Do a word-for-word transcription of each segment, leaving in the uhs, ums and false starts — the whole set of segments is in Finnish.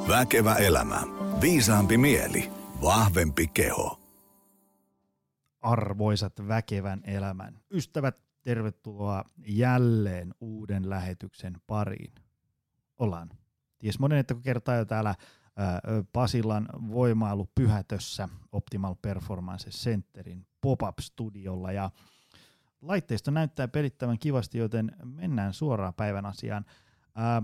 Väkevä elämä. Viisaampi mieli. Vahvempi keho. Arvoisat väkevän elämän ystävät, tervetuloa jälleen uuden lähetyksen pariin. Ollaan ties monen, että kun kertaa jo täällä ää, Pasilan voimailupyhätössä Optimal Performance Centerin pop-up-studiolla ja laitteisto näyttää pelittävän kivasti, joten mennään suoraan päivän asiaan. Ää,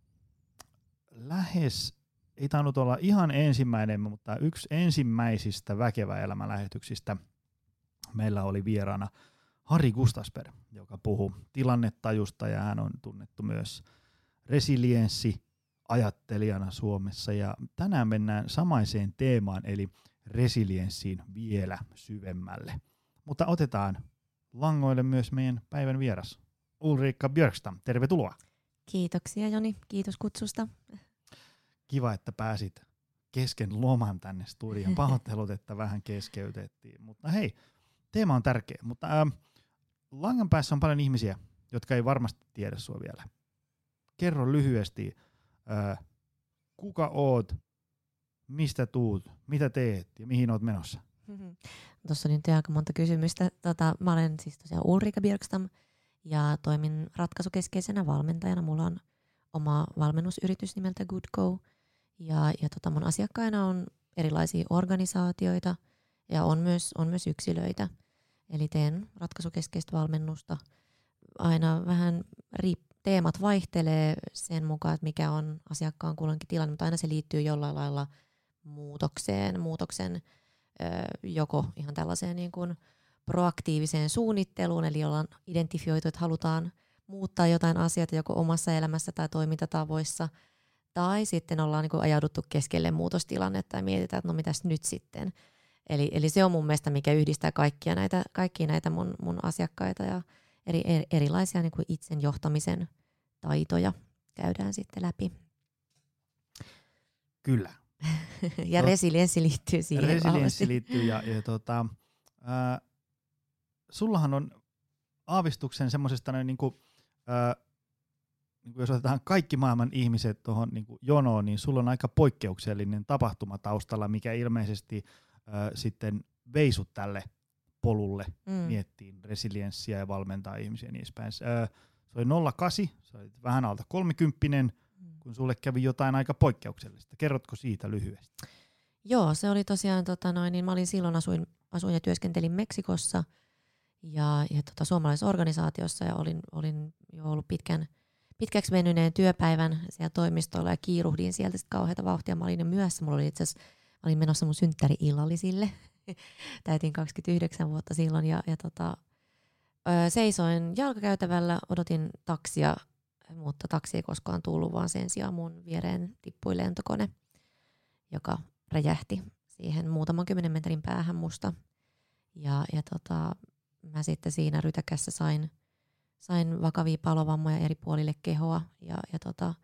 lähes, ei tainnut olla ihan ensimmäinen, mutta yksi ensimmäisistä väkevä elämän lähetyksistä meillä oli vieraana Harri Gustasberg, joka puhuu tilannetajusta ja hän on tunnettu myös resilienssi-ajattelijana Suomessa. Ja tänään mennään samaiseen teemaan eli resilienssiin vielä syvemmälle. Mutta otetaan langoille myös meidän päivän vieras Ulrika Björkstam. Tervetuloa. Kiitoksia Joni, kiitos kutsusta. Kiva, että pääsit kesken loman tänne studioon. Pahoittelut, että vähän keskeytettiin. Mutta hei, teema on tärkeä. Mutta ähm, langan päässä on paljon ihmisiä, jotka ei varmasti tiedä sua vielä. Kerro lyhyesti, äh, kuka oot, mistä tuut, mitä teet ja mihin oot menossa? Mm-hmm. Tuossa on nyt aika monta kysymystä. Tota, mä olen siis tosiaan Ulrika Björkstam ja toimin ratkaisukeskeisenä valmentajana. Mulla on oma valmennusyritys nimeltä Good Go. Ja, ja tota mun asiakkaina on erilaisia organisaatioita ja on myös, on myös yksilöitä. Eli teen ratkaisukeskeistä valmennusta. Aina vähän riip- teemat vaihtelee sen mukaan, että mikä on asiakkaan kulloinkin tilanne, mutta aina se liittyy jollain lailla muutokseen, muutoksen ö, joko ihan tällaiseen niin kuin proaktiiviseen suunnitteluun, eli ollaan identifioitu, että halutaan muuttaa jotain asioita joko omassa elämässä tai toimintatavoissa, tai sitten ollaan niin kuin ajauduttu keskelle muutostilannetta ja mietitään, että no mitäs nyt sitten. Eli, eli se on mun mielestä, mikä yhdistää kaikkia näitä, kaikkia näitä mun, mun asiakkaita ja eri, eri, erilaisia niin kuin itsen johtamisen taitoja käydään sitten läpi. Kyllä. ja no, resilienssi liittyy siihen. Resilienssi liittyy ja, ja tota, äh, sullahan on aavistuksen semmoisesta niin kuin, äh, niin jos otetaan kaikki maailman ihmiset tuohon niin jonoon, niin sulla on aika poikkeuksellinen tapahtuma taustalla, mikä ilmeisesti äh, sitten veisut tälle polulle mm. miettiin resilienssiä ja valmentaa ihmisiä niin edespäin. Äh, se oli nolla kahdeksan, se oli vähän alta kolmekymppinen, mm. kun sulle kävi jotain aika poikkeuksellista. Kerrotko siitä lyhyesti? Joo, se oli tosiaan, tota noin, niin mä olin silloin asuin, asuin ja työskentelin Meksikossa ja, ja tota, suomalaisessa organisaatiossa ja olin, olin jo ollut pitkän pitkäksi venyneen työpäivän siellä toimistolla ja kiiruhdin sieltä sitten kauheata vauhtia. Mä olin jo myöhässä. Mulla oli itse asiassa, mä olin menossa mun synttäri-illallisille. Täytin kaksikymmentäyhdeksän vuotta silloin ja, ja tota, ö, seisoin jalkakäytävällä, odotin taksia, mutta taksi ei koskaan tullut, vaan sen sijaan mun viereen tippui lentokone, joka räjähti siihen muutaman kymmenen metrin päähän musta. Ja, ja tota, mä sitten siinä rytäkässä sain Sain vakavia palovammoja eri puolille kehoa ja, ja tota,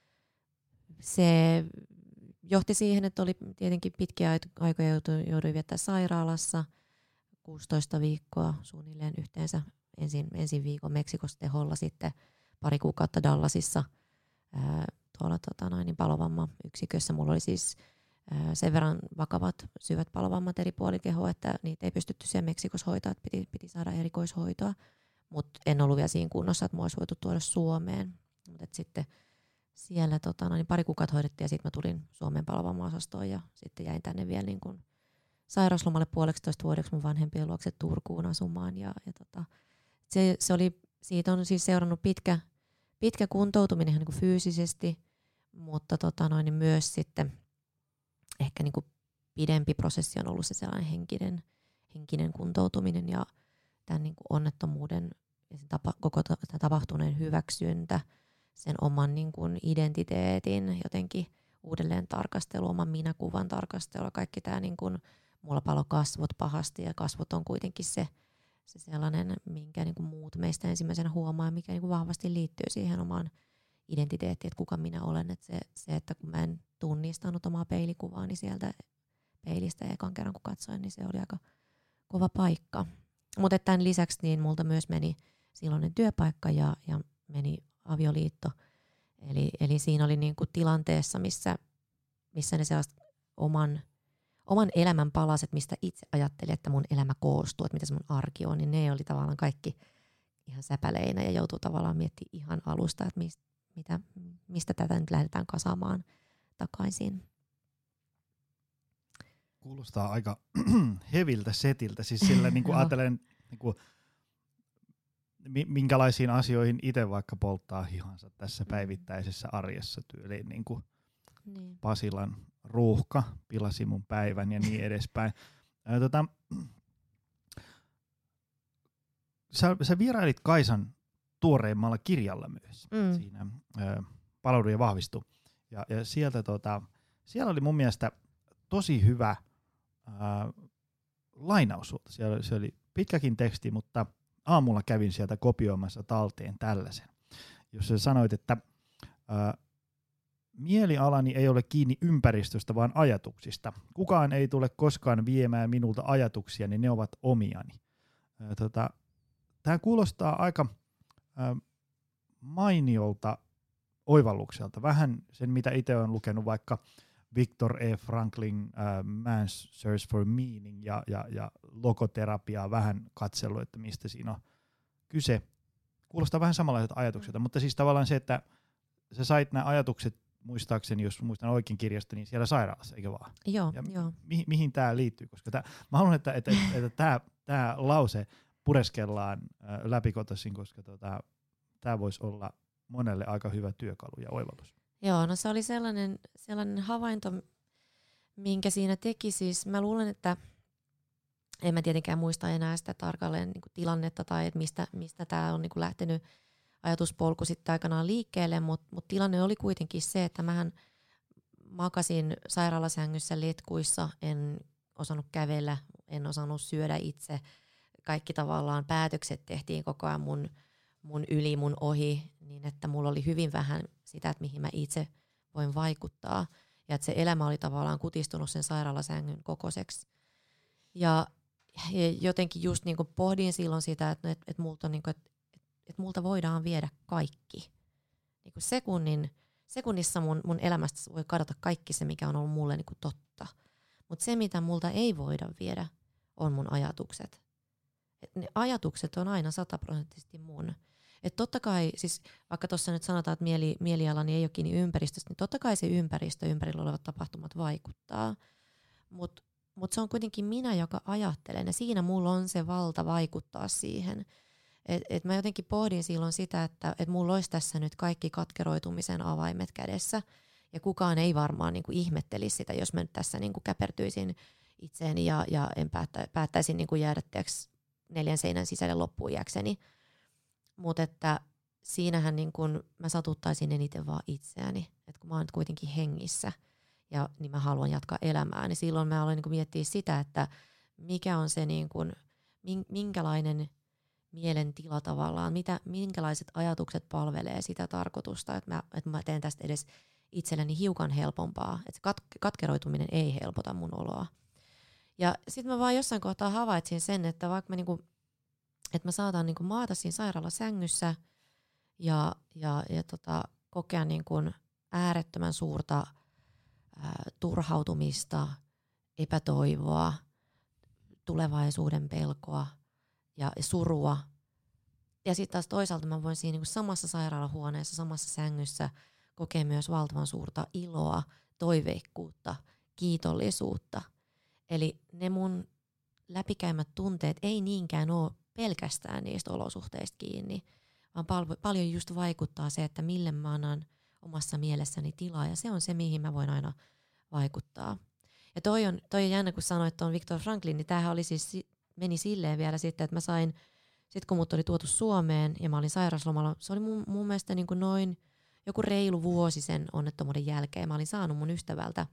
se johti siihen, että oli tietenkin pitkiä aikoja jouduin, jouduin viettää sairaalassa kuusitoista viikkoa suunnilleen yhteensä. Ensin, ensin viikon Meksikossa teholla, sitten pari kuukautta Dallasissa ää, tuolla tota noin, niin palovammayksikössä. Mulla oli siis ää, sen verran vakavat syvät palovammat eri puolilla kehoa, että niitä ei pystytty siellä Meksikossa hoitaa, että piti, piti saada erikoishoitoa. Mutta en ollut vielä siinä kunnossa, että mä olisi voitu tuoda Suomeen. Mutta sitten siellä tota, no, niin pari kuukautta hoidettiin ja sitten mä tulin Suomeen palovamma-osastoon ja sitten jäin tänne vielä niin kun sairauslomalle puoleksitoista vuodeksi mun vanhempien luokse Turkuun asumaan. Ja, ja tota, se, se oli, siitä on siis seurannut pitkä, pitkä kuntoutuminen ihan niin kuin fyysisesti, mutta tota, no, niin myös sitten ehkä niin kuin pidempi prosessi on ollut se sellainen henkinen, henkinen kuntoutuminen ja tämän niin kuin onnettomuuden ja sen tapa, koko ta- tapahtuneen hyväksyntä, sen oman niin kuin identiteetin jotenkin uudelleen tarkastelu, oman minäkuvan tarkastelu, kaikki tämä niin kuin, mulla palo kasvot pahasti ja kasvot on kuitenkin se, se sellainen, minkä niin kuin muut meistä ensimmäisenä huomaa, mikä niin kuin vahvasti liittyy siihen omaan identiteettiin, että kuka minä olen, että se, se, että kun mä en tunnistanut omaa peilikuvaani sieltä peilistä ekan kerran kun katsoin, niin se oli aika kova paikka. Mutta tämän lisäksi niin multa myös meni silloinen työpaikka ja, ja meni avioliitto. Eli, eli siinä oli niinku tilanteessa, missä missä ne sellaiset oman, oman elämän palaset, mistä itse ajattelin, että mun elämä koostuu, että mitä se mun arki on, niin ne oli tavallaan kaikki ihan säpäleinä ja joutuu tavallaan miettimään ihan alusta, että mistä, mitä, mistä tätä nyt lähdetään kasaamaan takaisin. Kuulostaa aika heviltä setiltä, siis sillä niin kuin ajattelen, niin kuin, minkälaisiin asioihin itse vaikka polttaa hihansa tässä päivittäisessä arjessa tyyliin, niin kuin niin. Pasilan ruuhka pilasi mun päivän ja niin edespäin. Ää, tota, sä, sä vierailit Kaisan tuoreimmalla kirjalla myös mm. siinä ää, Palaudu ja vahvistu. Ja, ja sieltä tota, siellä oli mun mielestä tosi hyvä ää, lainaus. Siellä, se oli pitkäkin teksti, mutta aamulla kävin sieltä kopioimassa talteen tällaisen, jossa sanoit, että ää, mielialani ei ole kiinni ympäristöstä, vaan ajatuksista. Kukaan ei tule koskaan viemään minulta ajatuksia, niin ne ovat omiani. Ää, tota, Tämä kuulostaa aika ää, mainiolta oivallukselta. Vähän sen, mitä itse olen lukenut vaikka Viktor E. Franklin uh, Man's Search for Meaning ja, ja, ja logoterapiaa vähän katsellut, että mistä siinä on kyse. Kuulostaa vähän samanlaiset ajatukset, mutta siis tavallaan se, että sä sait nämä ajatukset, muistaakseni, jos muistan oikein kirjasta, niin siellä sairaalassa, eikö vaan? Joo, ja joo. Mi- mihin tämä liittyy? Koska tää, mä haluan, että, että, että tämä, tämä lause pureskellaan äh, läpikotaisin, koska tota, tämä voisi olla monelle aika hyvä työkalu ja oivallus. Joo, no se oli sellainen, sellainen havainto, minkä siinä teki. Siis mä luulen, että en mä tietenkään muista enää sitä tarkalleen niin kuin tilannetta tai että mistä, mistä tämä on niin kuin lähtenyt ajatuspolku sitten aikanaan liikkeelle, mutta mut tilanne oli kuitenkin se, että mähän makasin sairaalasängyssä letkuissa, en osannut kävellä, en osannut syödä itse. Kaikki tavallaan päätökset tehtiin koko ajan mun, mun yli, mun ohi, niin että mulla oli hyvin vähän sitä, että mihin mä itse voin vaikuttaa. Ja että se elämä oli tavallaan kutistunut sen sairaalasängyn kokoiseksi. Ja, ja jotenkin just niin kuin pohdin silloin sitä, että, että, että, multa, niin kuin, että, että multa voidaan viedä kaikki. Niin kuin sekunnin, sekunnissa mun, mun elämästä voi kadota kaikki se, mikä on ollut mulle niin kuin totta. Mutta se, mitä multa ei voida viedä, on mun ajatukset. Et ne ajatukset on aina sataprosenttisesti mun. Että totta kai, siis vaikka tuossa nyt sanotaan, että mieli, mielialani ei ole kiinni ympäristöstä, niin totta kai se ympäristö, ympärillä olevat tapahtumat vaikuttaa. Mutta mut se on kuitenkin minä, joka ajattelen, ja siinä mulla on se valta vaikuttaa siihen. Et, et mä jotenkin pohdin silloin sitä, että et mulla olisi tässä nyt kaikki katkeroitumisen avaimet kädessä, ja kukaan ei varmaan niinku ihmettelisi sitä, jos mä nyt tässä niinku käpertyisin itseeni ja, ja en päättä, päättäisin niinku jäädä teoks neljän seinän sisälle loppuun iäkseni. Mutta että siinähän niin kun mä satuttaisin eniten vaan itseäni, että kun mä oon nyt kuitenkin hengissä ja niin mä haluan jatkaa elämää, niin silloin mä aloin niin kun miettiä sitä, että mikä on se niin kun, minkälainen mielentila tavallaan, mitä, minkälaiset ajatukset palvelee sitä tarkoitusta, että mä, että mä teen tästä edes itselleni hiukan helpompaa, että se kat- katkeroituminen ei helpota mun oloa. Ja sitten mä vaan jossain kohtaa havaitsin sen, että vaikka mä niinku että mä saatan niinku maata siinä sairaalasängyssä ja, ja, ja tota, kokea niinku äärettömän suurta ää, turhautumista, epätoivoa, tulevaisuuden pelkoa ja, ja surua. Ja sitten taas toisaalta mä voin siinä niinku samassa sairaalahuoneessa, samassa sängyssä kokea myös valtavan suurta iloa, toiveikkuutta, kiitollisuutta. Eli ne mun läpikäymät tunteet ei niinkään ole pelkästään niistä olosuhteista kiinni, vaan pal- paljon just vaikuttaa se, että mille mä annan omassa mielessäni tilaa, ja se on se, mihin mä voin aina vaikuttaa. Ja toi on, toi on jännä, kun sanoit tuon Viktor Franklin, niin tämähän oli siis, meni silleen vielä sitten, että mä sain, sit kun mut oli tuotu Suomeen ja mä olin sairauslomalla, se oli mun, mun mielestä niin kuin noin joku reilu vuosi sen onnettomuuden jälkeen. Mä olin saanut mun ystävältä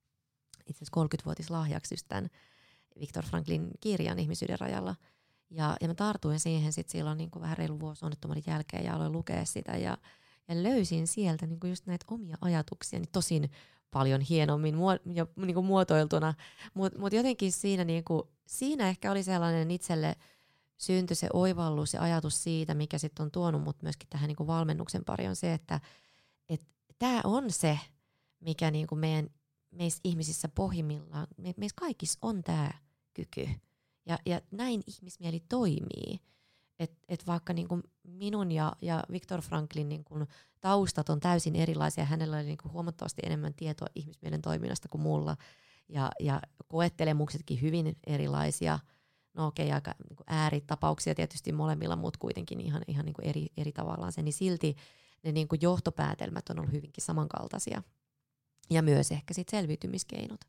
itse asiassa kolmekymmenvuotislahjaksi just tämän Viktor Franklin kirjan Ihmisyyden rajalla. Ja, ja mä tartuin siihen sitten silloin niin kuin vähän reilu vuosi onnettomuuden jälkeen ja aloin lukea sitä ja, ja löysin sieltä niin kuin just näitä omia ajatuksia, niin tosin paljon hienommin muo- ja niin kuin muotoiltuna, mutta mut jotenkin siinä, niin kuin, siinä ehkä oli sellainen itselle syntyi se oivallus ja ajatus siitä, mikä sitten on tuonut mut myöskin tähän niin kuin valmennuksen pari on se, että tämä on se, mikä niin kuin meidän meissä ihmisissä pohjimmillaan, me, meissä kaikissa on tämä kyky. Ja, ja näin ihmismieli toimii. Että et vaikka niinku minun ja, ja Viktor Franklin niinku taustat on täysin erilaisia, hänellä oli niinku huomattavasti enemmän tietoa ihmismielen toiminnasta kuin mulla. Ja, ja koettelemuksetkin hyvin erilaisia. No okei, okay, aika niinku ääritapauksia tietysti molemmilla, mutta kuitenkin ihan, ihan niinku eri, eri tavallaan se. Niin silti ne niinku johtopäätelmät on ollut hyvinkin samankaltaisia. Ja myös ehkä sit selviytymiskeinot.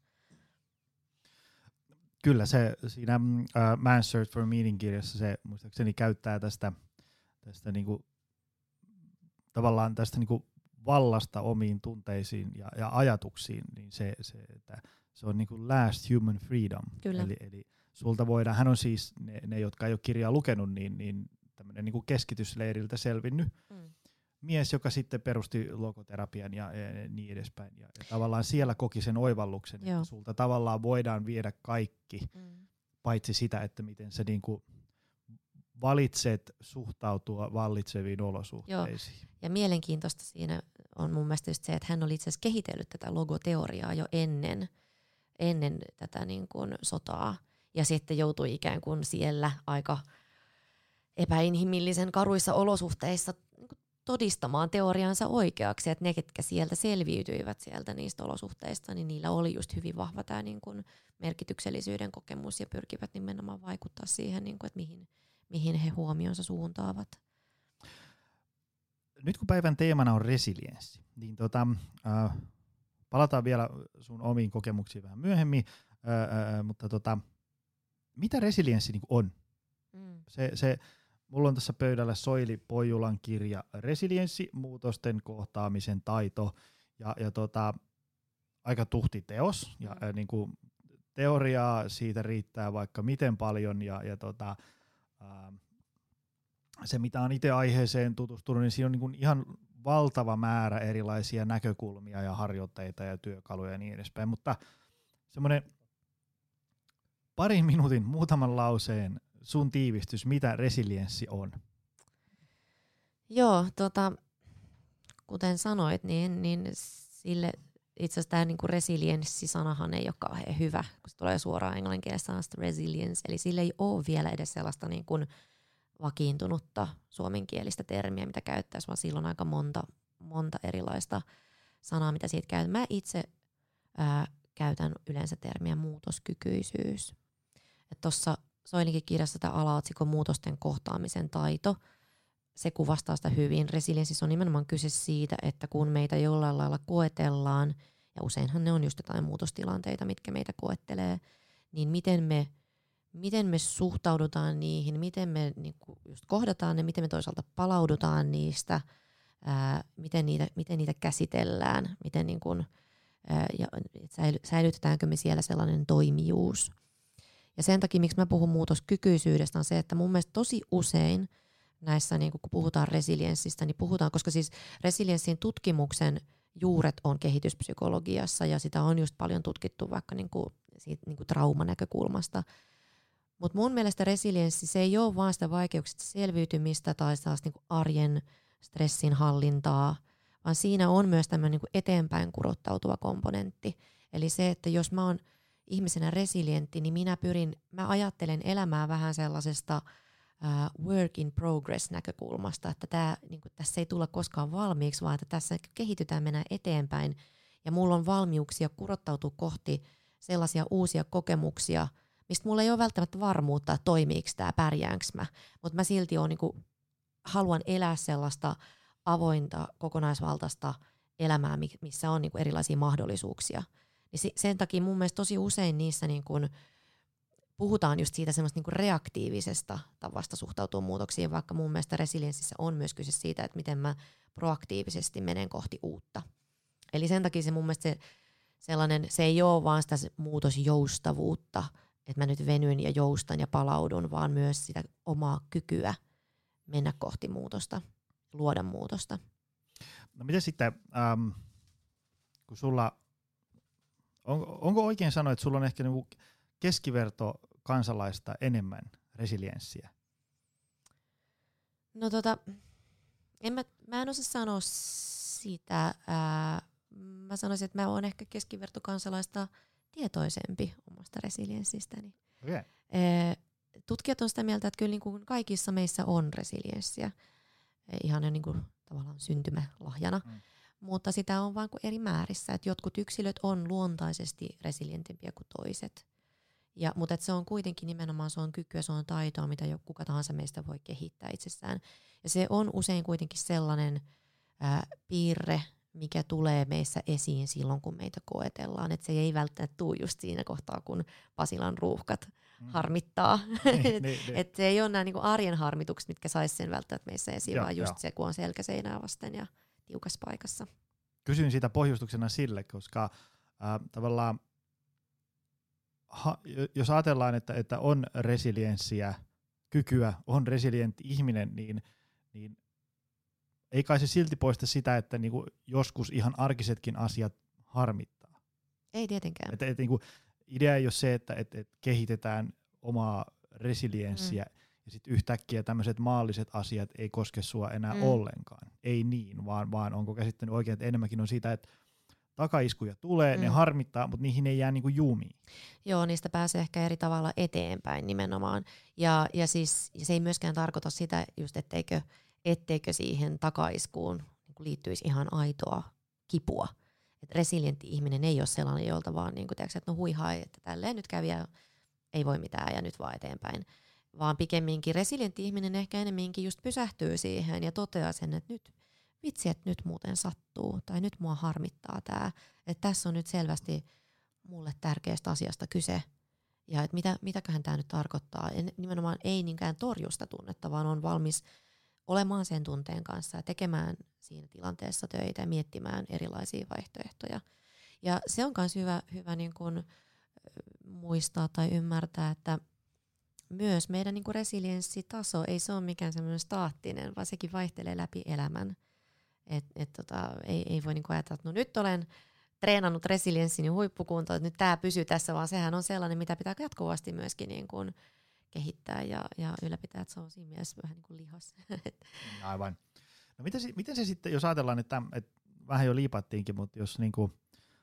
Kyllä se siinä uh, Man's Search for Meaning-kirjassa se muistaakseni käyttää tästä, tästä niinku, tavallaan tästä niinku vallasta omiin tunteisiin ja, ja ajatuksiin, niin se, se, että se on niinku last human freedom. Kyllä. Eli, eli sulta voidaan, hän on siis, ne, ne jotka ei ole kirjaa lukenut, niin, niin tämmöinen niinku keskitysleiriltä selvinnyt mm. mies, joka sitten perusti logoterapian ja, ja niin edespäin. Ja, ja tavallaan siellä koki sen oivalluksen, Joo. että sulta tavallaan voidaan viedä kaikki, mm. paitsi sitä, että miten sä niinku valitset suhtautua vallitseviin olosuhteisiin. Joo. Ja mielenkiintoista siinä on mun mielestä just se, että hän oli itse asiassa kehitellyt tätä logoteoriaa jo ennen, ennen tätä niin kuin sotaa. Ja sitten joutui ikään kuin siellä aika epäinhimillisen karuissa olosuhteissa todistamaan teoriansa oikeaksi, että ne, ketkä sieltä selviytyivät sieltä niistä olosuhteista, niin niillä oli just hyvin vahva tämä niin kuin merkityksellisyyden kokemus ja pyrkivät nimenomaan vaikuttaa siihen, niin kuin, että mihin, mihin he huomionsa suuntaavat. Nyt kun päivän teemana on resilienssi, niin tota, äh, palataan vielä sun omiin kokemuksiin vähän myöhemmin, äh, äh, mutta tota, mitä resilienssi niin on? Mm. Se, se, mulla on tässä pöydällä Soili Pojulan kirja Resilienssi, muutosten kohtaamisen taito, ja, ja tota, aika tuhti teos, ja mm. äh, niin kuin teoriaa siitä riittää vaikka miten paljon, ja, ja tota, äh, se mitä on itse aiheeseen tutustunut, niin siinä on niin kuin ihan valtava määrä erilaisia näkökulmia ja harjoitteita ja työkaluja ja niin edespäin, mutta semmoinen parin minuutin, muutaman lauseen sun tiivistys, mitä resilienssi on? Joo, tota, kuten sanoit, niin, niin sille itse asiassa tämä niinku resilienssisanahan ei ole kauhean hyvä, kun se tulee suoraan englanninkielistä sanasta resilience, eli sille ei ole vielä edes sellaista niin kuin vakiintunutta suomenkielistä termiä, mitä käyttäisi, vaan silloin aika monta, monta erilaista sanaa, mitä siitä käytetään. Mä itse ää, käytän yleensä termiä muutoskykyisyys. Tuossa Soilinkin kirjassa tämä alaotsikko muutosten kohtaamisen taito, se kuvastaa sitä hyvin. Resilienssissä on nimenomaan kyse siitä, että kun meitä jollain lailla koetellaan, ja useinhan ne on just jotain muutostilanteita, mitkä meitä koettelee, niin miten me miten me suhtaudutaan niihin, miten me niinku just kohdataan ne, miten me toisaalta palaudutaan niistä, ää, miten, niitä, miten niitä käsitellään, miten niinku, ää, ja säily, säilytetäänkö me siellä sellainen toimijuus. Ja sen takia, miksi mä puhun muutoskykyisyydestä, on se, että mun mielestä tosi usein näissä, niinku, kun puhutaan resilienssistä, niin puhutaan, koska siis resilienssin tutkimuksen juuret on kehityspsykologiassa, ja sitä on just paljon tutkittu vaikka niinku, siitä, niinku traumanäkökulmasta. Mutta mun mielestä resilienssi, se ei ole vaan sitä vaikeuksista selviytymistä tai niinku arjen stressin hallintaa, vaan siinä on myös tämmöinen niinku eteenpäin kurottautuva komponentti. Eli se, että jos mä oon ihmisenä resilientti, niin minä pyrin, mä ajattelen elämää vähän sellaisesta uh, work in progress näkökulmasta, että tää, niinku, tässä ei tulla koskaan valmiiksi, vaan että tässä kehitytään, mennään eteenpäin ja mulla on valmiuksia kurottautua kohti sellaisia uusia kokemuksia, mistä mulla ei ole välttämättä varmuutta, että toimiiko tämä, pärjäänkö mä, mutta mä silti on, niinku, haluan elää sellaista avointa, kokonaisvaltaista elämää, missä on niinku erilaisia mahdollisuuksia. Niin sen takia mun mielestä tosi usein niissä niinku puhutaan just siitä semmoista niinku reaktiivisesta tavasta suhtautua muutoksiin, vaikka mun mielestä resilienssissä on myös kyse siitä, että miten mä proaktiivisesti menen kohti uutta. Eli sen takia se mun mielestä se, sellainen, se ei ole vaan sitä muutosjoustavuutta, että mä nyt venyn ja joustan ja palaudun, vaan myös sitä omaa kykyä mennä kohti muutosta, luoda muutosta. No miten sitten, ähm, kun sulla, on, onko oikein sanoa, että sulla on ehkä niinku keskiverto kansalaista enemmän resilienssiä? No tota, en mä, mä en osaa sanoa sitä, ää, mä sanoisin, että mä oon ehkä keskivertokansalaista tietoisempi omasta resilienssistäni. Okay. Tutkijat on sitä mieltä, että kyllä niin kuin kaikissa meissä on resilienssiä. Ihan jo niin kuin tavallaan syntymälahjana. Mm. Mutta sitä on vain eri määrissä. Että jotkut yksilöt on luontaisesti resilientimpiä kuin toiset. Ja, mutta se on kuitenkin nimenomaan se on kykyä, se on taitoa, mitä jo kuka tahansa meistä voi kehittää itsessään. Ja se on usein kuitenkin sellainen ää, piirre, mikä tulee meissä esiin silloin, kun meitä koetellaan. Et se ei välttämättä tule just siinä kohtaa, kun Pasilan ruuhkat mm. harmittaa. niin, niin, niin. Et se ei ole nämä niinku arjen harmitukset, mitkä saisi sen välttämättä meissä esiin, joo, vaan just jo. Se, kun on selkäseinää vasten ja tiukassa paikassa. Kysyin siitä pohjustuksena sille, koska äh, tavallaan ha, jos ajatellaan, että, että on resilienssiä, kykyä, on resilientti ihminen, niin, niin ei kai se silti poista sitä, että niinku joskus ihan arkisetkin asiat harmittaa. Ei tietenkään. Et, et, niinku, idea ei ole se, että et, et kehitetään omaa resilienssiä mm. ja sitten yhtäkkiä tämmöiset maalliset asiat ei koske sua enää mm. ollenkaan. Ei niin, vaan, vaan onko käsittänyt oikein, että enemmänkin on siitä, että takaiskuja tulee, mm. ne harmittaa, mutta niihin ei jää niinku juumiin. Joo, niistä pääsee ehkä eri tavalla eteenpäin nimenomaan. Ja, ja siis se ei myöskään tarkoita sitä, just etteikö, etteikö siihen takaiskuun niin liittyisi ihan aitoa kipua. Et resilientti ihminen ei ole sellainen, jolta vaan niin kuin, tiiäks, että no hui hai, että tälleen nyt kävi ja ei voi mitään ja nyt vaan eteenpäin. Vaan pikemminkin resilientti ihminen ehkä enemmänkin just pysähtyy siihen ja toteaa sen, että nyt vitsi, että nyt muuten sattuu tai nyt mua harmittaa tää. Että tässä on nyt selvästi mulle tärkeästä asiasta kyse. Ja että mitä, mitäköhän tämä nyt tarkoittaa. Ja nimenomaan ei niinkään torjusta tunnetta, vaan on valmis olemaan sen tunteen kanssa ja tekemään siinä tilanteessa töitä ja miettimään erilaisia vaihtoehtoja. Ja se on myös hyvä, hyvä niin kun muistaa tai ymmärtää, että myös meidän niin kun resilienssitaso ei se ole mikään semmoinen staattinen, vaan sekin vaihtelee läpi elämän. Et, et tota, ei, ei voi niinku ajatella, että no nyt olen treenannut resilienssini huippukuntoon, että nyt tämä pysyy tässä, vaan sehän on sellainen, mitä pitää jatkuvasti myöskin niin kuin kehittää ja, ja ylläpitää, että se on siinä mielessä vähän niin kuin lihas. Aivan. No miten se, miten se sitten, jos ajatellaan, että, että vähän jo liipattiinkin, mutta jos niin kuin,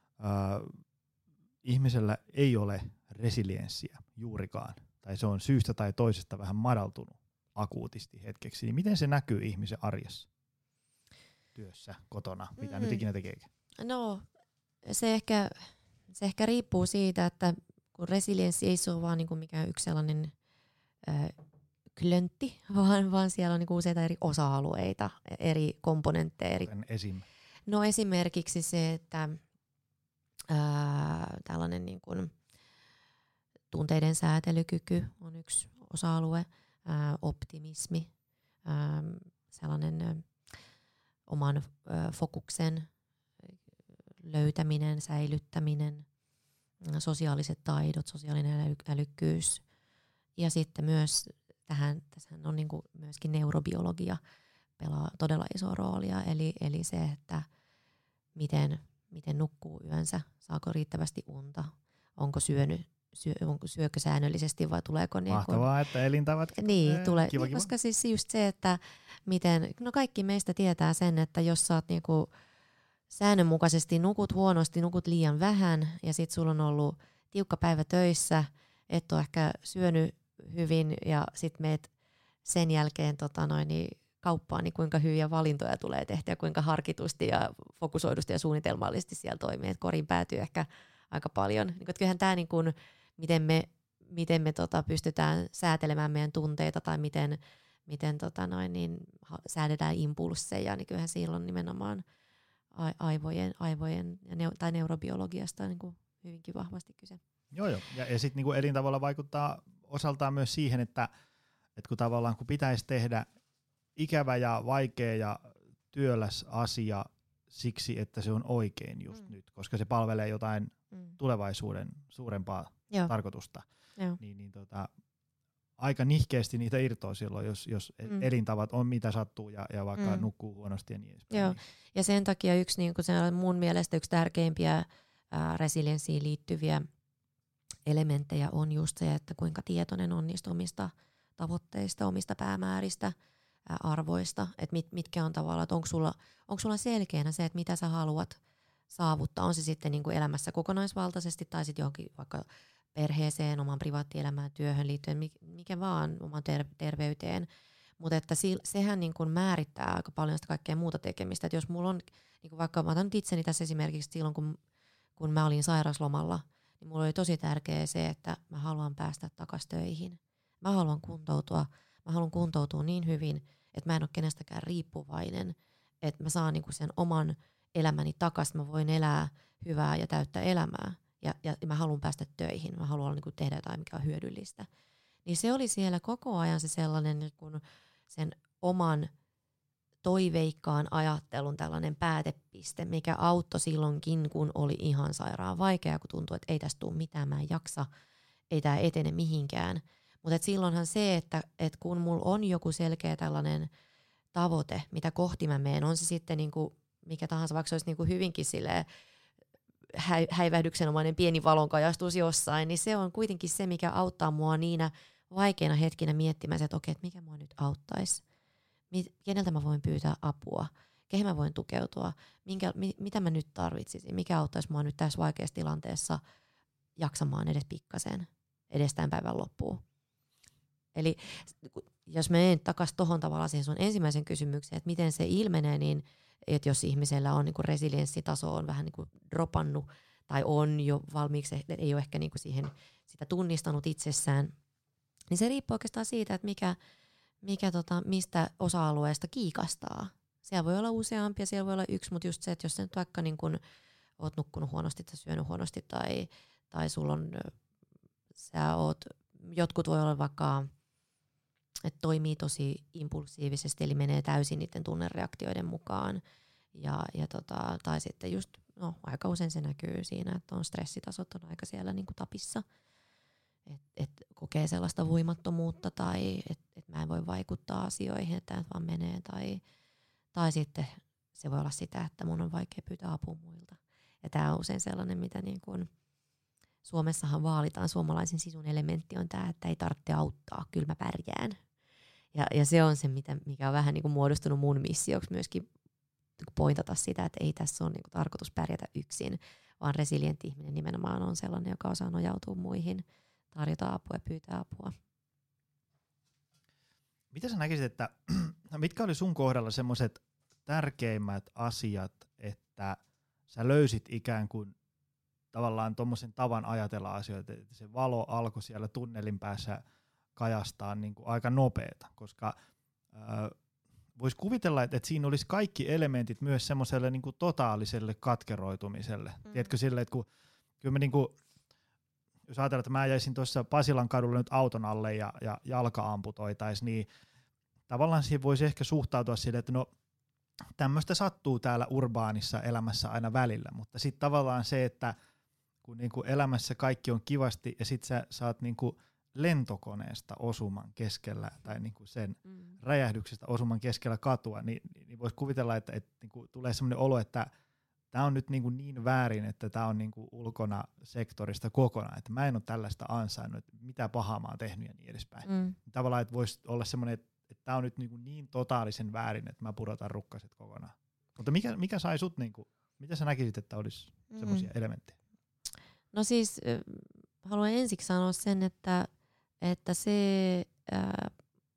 äh, ihmisellä ei ole resilienssiä juurikaan, tai se on syystä tai toisesta vähän madaltunut akuutisti hetkeksi, niin miten se näkyy ihmisen arjessa? Työssä, kotona, mitä mm. nyt ikinä tekeekään? No se ehkä, se ehkä riippuu siitä, että kun resilienssi ei se ole vaan niinku mikään yksi sellainen äh, klöntti, vaan, vaan siellä on niinku useita eri osa-alueita, eri komponentteja. Eri... Esim. No esimerkiksi se, että äh, tällainen niinku tunteiden säätelykyky on yksi osa-alue, äh, optimismi, äh, sellainen äh, oman ö, fokuksen löytäminen, säilyttäminen, sosiaaliset taidot, sosiaalinen äly- älykkyys. Ja sitten myös tähän, tässä on niinku myöskin neurobiologia pelaa todella isoa roolia. Eli, eli se, että miten, miten nukkuu yönsä, saako riittävästi unta, onko syönyt, syö, onko syökö säännöllisesti vai tuleeko... Mahtavaa, niin kun, että elintavat... Niin, tulee, kiva, niin kiva. Koska siis just se, että miten... No kaikki meistä tietää sen, että jos sä oot niinku säännönmukaisesti nukut huonosti, nukut liian vähän ja sit sulla on ollut tiukka päivä töissä, et ole ehkä syönyt hyvin ja sit meet sen jälkeen tota noin, niin kauppaan, niin kuinka hyviä valintoja tulee tehtyä, kuinka harkitusti ja fokusoidusti ja suunnitelmallisesti siellä toimii. Et koriin päätyy ehkä aika paljon. Niin, kyllähän tämä, niin kun, miten me, miten me tota, pystytään säätelemään meidän tunteita tai miten, miten tota noin, niin, säädetään impulsseja, niin kyllähän silloin nimenomaan aivojen, aivojen ja neu- tai neurobiologiasta niin kuin hyvinkin vahvasti kyse. Joo, joo. Ja, ja sitten niin elintavalla vaikuttaa osaltaan myös siihen, että, että kun tavallaan kun pitäisi tehdä ikävä ja vaikea ja työläs asia siksi, että se on oikein just mm. nyt, koska se palvelee jotain mm. tulevaisuuden suurempaa Joo. tarkoitusta, Joo. niin, niin tota, aika nihkeästi niitä irtoaa silloin, jos, jos mm. elintavat on mitä sattuu ja, ja vaikka mm. nukkuu huonosti ja niin edespäin. Joo. Ja sen takia yksi niin kuin se on mun mielestä yksi tärkeimpiä ää, resilienssiin liittyviä elementtejä on just se, että kuinka tietoinen on niistä omista tavoitteista, omista päämääristä, ää, arvoista, että mit, mitkä on tavallaan, että onko sulla, onko sulla selkeänä se, että mitä sä haluat saavuttaa. On se sitten niin kuin elämässä kokonaisvaltaisesti tai sitten johonkin vaikka perheeseen, omaan privaattielämään, työhön liittyen, mikä vaan omaan ter- terveyteen. Mutta että sehän niin kuin määrittää aika paljon sitä kaikkea muuta tekemistä. Et jos mulla on, niin kuin vaikka mä otan nyt itseni tässä esimerkiksi silloin, kun, kun mä olin sairaslomalla, niin mulla oli tosi tärkeää se, että mä haluan päästä takaisin töihin. Mä haluan kuntoutua. Mä haluan kuntoutua niin hyvin, että mä en ole kenestäkään riippuvainen. Että mä saan niin kuin sen oman elämäni takaisin. Mä voin elää hyvää ja täyttä elämää. Ja, ja mä haluan päästä töihin. Mä haluan niin kuin tehdä jotain, mikä on hyödyllistä. Niin se oli siellä koko ajan se sellainen, kun sen oman toiveikkaan ajattelun tällainen päätepiste, mikä auttoi silloinkin, kun oli ihan sairaan vaikea, kun tuntui, että ei tästä tule mitään, mä en jaksa, ei tämä etene mihinkään. Mutta silloinhan se, että et kun mulla on joku selkeä tällainen tavoite, mitä kohti mä menen, on se sitten niinku mikä tahansa, vaikka se olisi niinku hyvinkin silleen hä- häivähdyksenomainen pieni valonkajastus jossain, niin se on kuitenkin se, mikä auttaa mua niinä vaikeina hetkinä miettimään, että okei, että mikä mua nyt auttaisi. Keneltä mä voin pyytää apua, kehen mä voin tukeutua, minkä, mi, mitä mä nyt tarvitsisin, mikä auttaisi mua nyt tässä vaikeassa tilanteessa jaksamaan edes pikkasen, edes tämän päivän loppuun. Eli jos menen takaisin tuohon tavallaan siihen sun ensimmäisen kysymykseen, että miten se ilmenee, niin että jos ihmisellä on niinku resilienssitaso on vähän niinku dropannut tai on jo valmiiksi, ei ole ehkä niinku siihen sitä tunnistanut itsessään, niin se riippuu oikeastaan siitä, että mikä mikä tota, mistä osa-alueesta kiikastaa. Siellä voi olla useampia, siellä voi olla yksi, mutta just se, että jos sä nyt vaikka niin kun oot nukkunut huonosti tai syönyt huonosti tai, tai sulla on, sä oot, jotkut voi olla vaikka, että toimii tosi impulsiivisesti, eli menee täysin niiden tunnereaktioiden mukaan. Ja, ja tota, tai sitten just, no aika usein se näkyy siinä, että on stressitasot on aika siellä niin kuin tapissa. Että et kokee sellaista voimattomuutta tai että et mä en voi vaikuttaa asioihin, että tämä vaan menee. Tai, tai sitten se voi olla sitä, että mun on vaikea pyytää apua muilta. Ja tämä on usein sellainen, mitä niin kun Suomessahan vaalitaan, suomalaisen sisun elementti on tämä, että ei tarvitse auttaa, kyllä mä pärjään. Ja, ja se on se, mitä, mikä on vähän niin kuin muodostunut mun missioksi myöskin pointata sitä, että ei tässä ole niin kuin tarkoitus pärjätä yksin, vaan resilientti ihminen nimenomaan on sellainen, joka osaa nojautua muihin, tarjota apua ja pyytää apua. Mitä sä näkisit, että mitkä oli sun kohdalla semmoiset tärkeimmät asiat, että sä löysit ikään kuin tavallaan tommosen tavan ajatella asioita, että se valo alkoi siellä tunnelin päässä kajastaa niin kuin aika nopeeta, koska äh, voisi kuvitella, että, että siinä olisi kaikki elementit myös semmoiselle niin kuin totaaliselle katkeroitumiselle. Mm. Tiedätkö sille, että kun, kyllä me niin kuin, jos ajatellaan, että mä jäisin tuossa Pasilan kadulla nyt auton alle ja, ja jalka amputoitaisiin, niin tavallaan siihen voisi ehkä suhtautua sille, että no tämmöistä sattuu täällä urbaanissa elämässä aina välillä, mutta sitten tavallaan se, että kun niinku elämässä kaikki on kivasti ja sitten sä saat niinku lentokoneesta osuman keskellä tai niinku sen mm. räjähdyksestä osuman keskellä katua, niin, niin voisi kuvitella, että et niinku tulee semmoinen olo, että tämä on nyt niinku niin väärin, että tämä on niinku ulkona sektorista kokonaan, että mä en ole tällaista ansainnut, että mitä pahaa mä oon tehnyt ja niin edespäin. Mm. Tavallaan, että voisi olla semmoinen, että että tämä on nyt niin, niin totaalisen väärin, että mä pudotan rukkaset kokonaan. Mutta mikä, mikä sai sut, niin kuin, mitä sä näkisit, että olisi mm. semmoisia elementtejä? No siis äh, haluan ensiksi sanoa sen, että, että se, äh,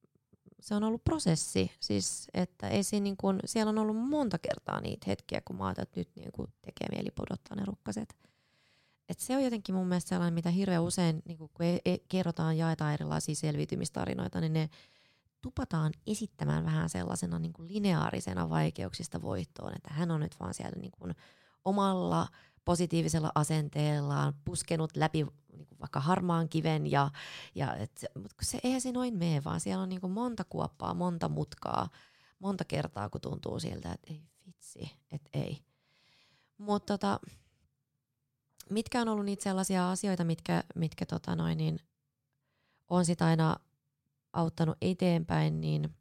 se on ollut prosessi. Siis, että ei siinä, niin kun, siellä on ollut monta kertaa niitä hetkiä, kun mä ajattelin, että nyt niin kun tekee mieli pudottaa ne rukkaset. Et se on jotenkin mun mielestä sellainen, mitä hirveän usein, niin kun e- e- kerrotaan, jaetaan erilaisia selviytymistarinoita, niin ne tupataan esittämään vähän sellaisena niin kuin lineaarisena vaikeuksista voittoon, että hän on nyt vaan siellä niin kuin omalla positiivisella asenteellaan puskenut läpi niin kuin vaikka harmaan kiven, ja, ja et se, mutta se, eihän se noin mene, vaan siellä on niin kuin monta kuoppaa, monta mutkaa, monta kertaa, kun tuntuu siltä, että ei vitsi, että ei. Mutta tota, mitkä on ollut niitä sellaisia asioita, mitkä, mitkä tota noin, niin on sitä aina auttanut eteenpäin, niin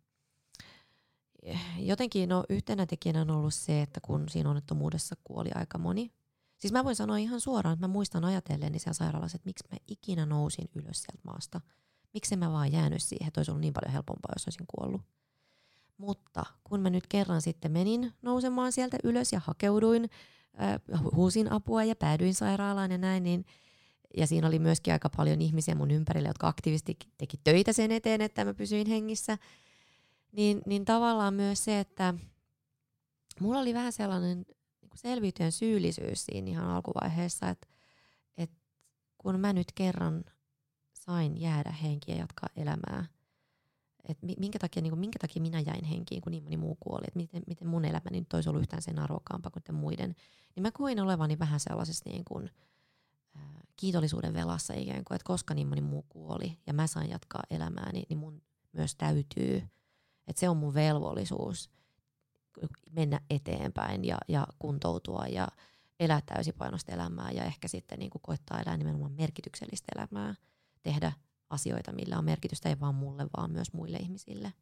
jotenkin no, yhtenä tekijänä on ollut se, että kun siinä onnettomuudessa kuoli aika moni. Siis mä voin sanoa ihan suoraan, että mä muistan ajatelleeni siellä sairaalassa, että miksi mä ikinä nousin ylös sieltä maasta. Miksi mä vaan jäänyt siihen, että olisi ollut niin paljon helpompaa, jos olisin kuollut. Mutta kun mä nyt kerran sitten menin nousemaan sieltä ylös ja hakeuduin äh, huusin apua ja päädyin sairaalaan ja näin, niin ja siinä oli myöskin aika paljon ihmisiä mun ympärillä, jotka aktiivisesti teki töitä sen eteen, että mä pysyin hengissä. Niin, niin tavallaan myös se, että mulla oli vähän sellainen niin selviytyjen syyllisyys siinä ihan alkuvaiheessa, että, että kun mä nyt kerran sain jäädä henkiä ja jatkaa elämää, että minkä takia, niin kuin, minkä takia minä jäin henkiin, kun niin moni muu kuoli, että miten, miten mun elämäni nyt olisi ollut yhtään sen arvokkaampaa kuin muiden, niin mä koin olevani vähän sellaisessa niin kuin, kiitollisuuden velassa ikään kuin, että koska niin moni muu kuoli ja mä sain jatkaa elämääni, niin, niin mun myös täytyy, että se on mun velvollisuus mennä eteenpäin ja, ja kuntoutua ja elää täysipainoista elämää ja ehkä sitten niin kuin koittaa elää nimenomaan merkityksellistä elämää, tehdä asioita, millä on merkitystä ei vaan mulle, vaan myös muille ihmisille.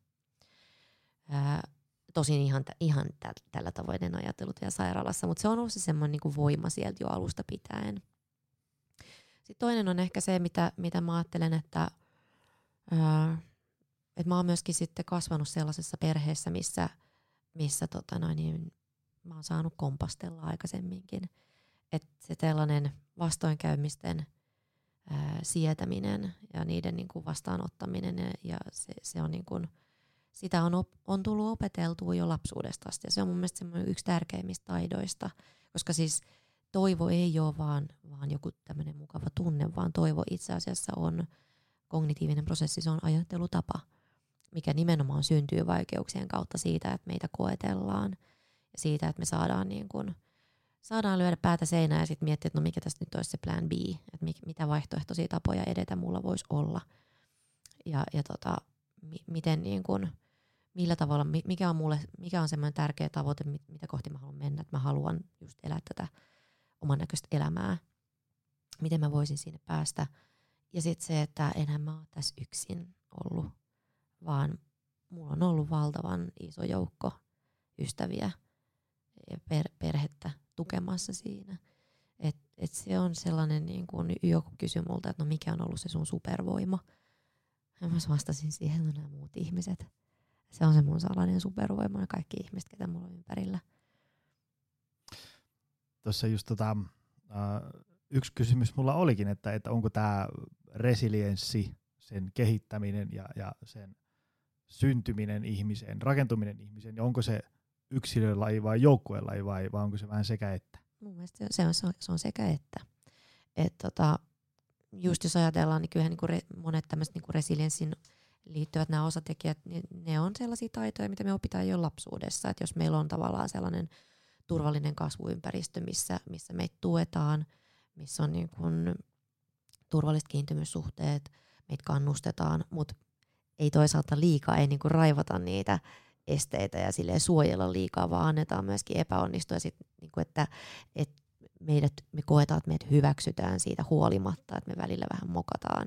Ää, tosin ihan, ihan tä, tällä tavoin en ajatellut vielä sairaalassa, mutta se on ollut se semmoinen niin kuin voima sieltä jo alusta pitäen. Sitten toinen on ehkä se, mitä, mitä mä ajattelen, että, ää, että mä oon myöskin sitten kasvanut sellaisessa perheessä, missä, missä tota noin, niin mä oon saanut kompastella aikaisemminkin. Että se tällainen vastoinkäymisten ää, sietäminen ja niiden niin kuin vastaanottaminen ja, ja se, se on niin kuin, sitä on, op, on tullut opeteltua jo lapsuudesta asti. Ja se on mun mielestä yksi tärkeimmistä taidoista, koska siis toivo ei ole vaan, vaan joku tämmöinen mukava tunne, vaan toivo itse asiassa on kognitiivinen prosessi, se on ajattelutapa, mikä nimenomaan syntyy vaikeuksien kautta siitä, että meitä koetellaan ja siitä, että me saadaan, niin kun, saadaan lyödä päätä seinään ja sitten miettiä, että no mikä tästä nyt olisi se plan B, että mi, mitä vaihtoehtoisia tapoja edetä mulla voisi olla ja, ja tota, mi, miten niin kun, millä tavalla, mikä on mulle, mikä on semmoinen tärkeä tavoite, mitä kohti mä haluan mennä, että mä haluan just elää tätä oman näköistä elämää, miten mä voisin sinne päästä. Ja sitten se, että enhän mä ole tässä yksin ollut, vaan mulla on ollut valtavan iso joukko ystäviä ja per- perhettä tukemassa siinä. Et, et se on sellainen, niin kun joku kysyi multa, että no mikä on ollut se sun supervoima. Ja mä vastasin siihen, että nämä muut ihmiset. Se on se mun salainen supervoima ja kaikki ihmiset, ketä mulla on ympärillä. Tuossa just tota, uh, yksi kysymys mulla olikin, että, että onko tämä resilienssi, sen kehittäminen ja, ja sen syntyminen ihmiseen, rakentuminen ihmiseen, niin onko se yksilölaji vai joukkuelaji vai, vai onko se vähän sekä että? Mun mielestä se on, se on sekä että. Et tota, just jos ajatellaan, niin kyllähän niinku re, monet tämmöiset niinku resilienssin liittyvät nämä osatekijät, niin ne on sellaisia taitoja, mitä me opitaan jo lapsuudessa. Et jos meillä on tavallaan sellainen turvallinen kasvuympäristö, missä, missä meitä tuetaan, missä on niin kuin turvalliset kiintymyssuhteet, meitä kannustetaan, mutta ei toisaalta liikaa, ei niin kuin raivata niitä esteitä ja silleen suojella liikaa, vaan annetaan myöskin epäonnistua, ja sit, niin kuin että, että meidät, me koetaan, että meidät hyväksytään siitä huolimatta, että me välillä vähän mokataan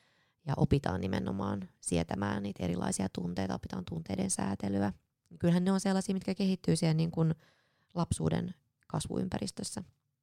ja opitaan nimenomaan sietämään niitä erilaisia tunteita, opitaan tunteiden säätelyä. Kyllähän ne on sellaisia, mitkä kehittyy siellä niin kuin lapsuuden kasvuympäristössä.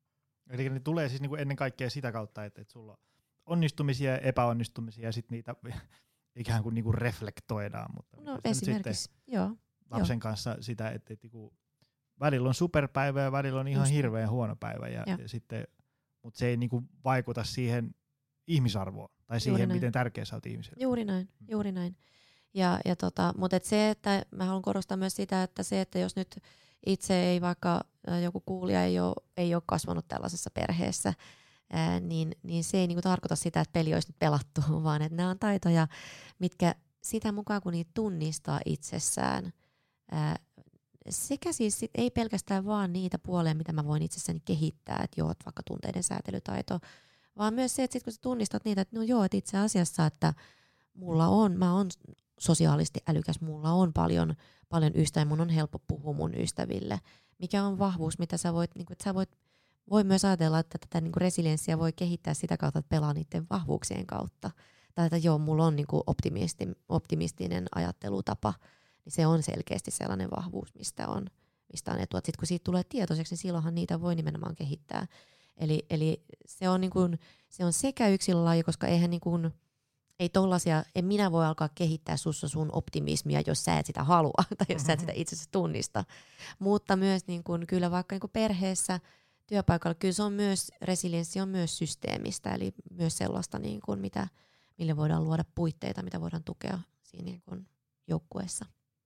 Eli ne tulee siis niinku ennen kaikkea sitä kautta, että, että sulla on onnistumisia ja epäonnistumisia ja sitten niitä ikään kuin niinku reflektoidaan. Mutta no esimerkiksi, joo. Lapsen joo. kanssa sitä, että, että niinku, välillä on superpäivä ja välillä on ihan Just. hirveän huono päivä, ja, ja sitten, mutta se ei niinku vaikuta siihen ihmisarvoon tai siihen, miten tärkeä sä oot ihmiselle. Juuri näin, juuri näin. Ja, ja tota, mutta et se, että mä haluan korostaa myös sitä, että se, että jos nyt itse ei vaikka joku kuulija ei ole, ei ole kasvanut tällaisessa perheessä, ää, niin, niin se ei niinku tarkoita sitä, että peli olisi nyt pelattu, vaan että nämä on taitoja, mitkä sitä mukaan kun niitä tunnistaa itsessään, ää, sekä siis sit ei pelkästään vaan niitä puolia, mitä mä voin itsessäni kehittää, että joo, että vaikka tunteiden säätelytaito, vaan myös se, että sit kun sä tunnistat niitä, että no joo, että itse asiassa, että mulla on, mä oon sosiaalisesti älykäs, mulla on paljon, paljon ystäviä, mun on helppo puhua mun ystäville. Mikä on vahvuus, mitä sä voit, niin kun, että sä voit, voi myös ajatella, että tätä niin kun resilienssiä voi kehittää sitä kautta, että pelaa niiden vahvuuksien kautta. Tai että joo, mulla on niin kun optimisti, optimistinen ajattelutapa, niin se on selkeästi sellainen vahvuus, mistä on, mistä on etua. Sitten kun siitä tulee tietoiseksi, niin silloinhan niitä voi nimenomaan kehittää. Eli, eli se, on niin kun, se on sekä yksilölaji, koska eihän niin kun, ei tollasia, en minä voi alkaa kehittää sussa sun optimismia, jos sä et sitä halua tai jos sä et sitä itsessä tunnista. Mutta myös niin kun, kyllä vaikka niin kun perheessä työpaikalla. Kyllä se on myös, resilienssi on myös systeemistä, eli myös sellaista, niin kuin mitä, mille voidaan luoda puitteita, mitä voidaan tukea siinä niin kuin joukkueessa.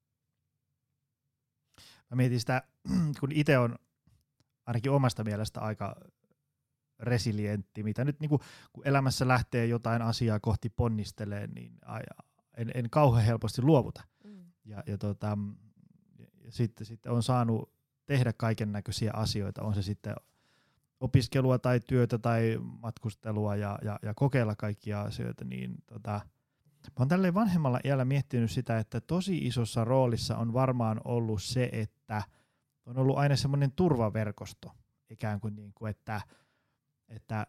Mä mietin sitä, kun itse on ainakin omasta mielestä aika resilientti, mitä nyt niin kuin, kun elämässä lähtee jotain asiaa kohti ponnistelee, niin en, en kauhean helposti luovuta. Mm. Ja, ja, tota, ja sitten, sitten on saanut tehdä kaiken näköisiä asioita, on se sitten opiskelua tai työtä tai matkustelua ja, ja, ja kokeilla kaikkia asioita, niin tota, mä oon tälleen vanhemmalla iällä miettinyt sitä, että tosi isossa roolissa on varmaan ollut se, että on ollut aina semmoinen turvaverkosto, ikään kuin, niin kuin että, että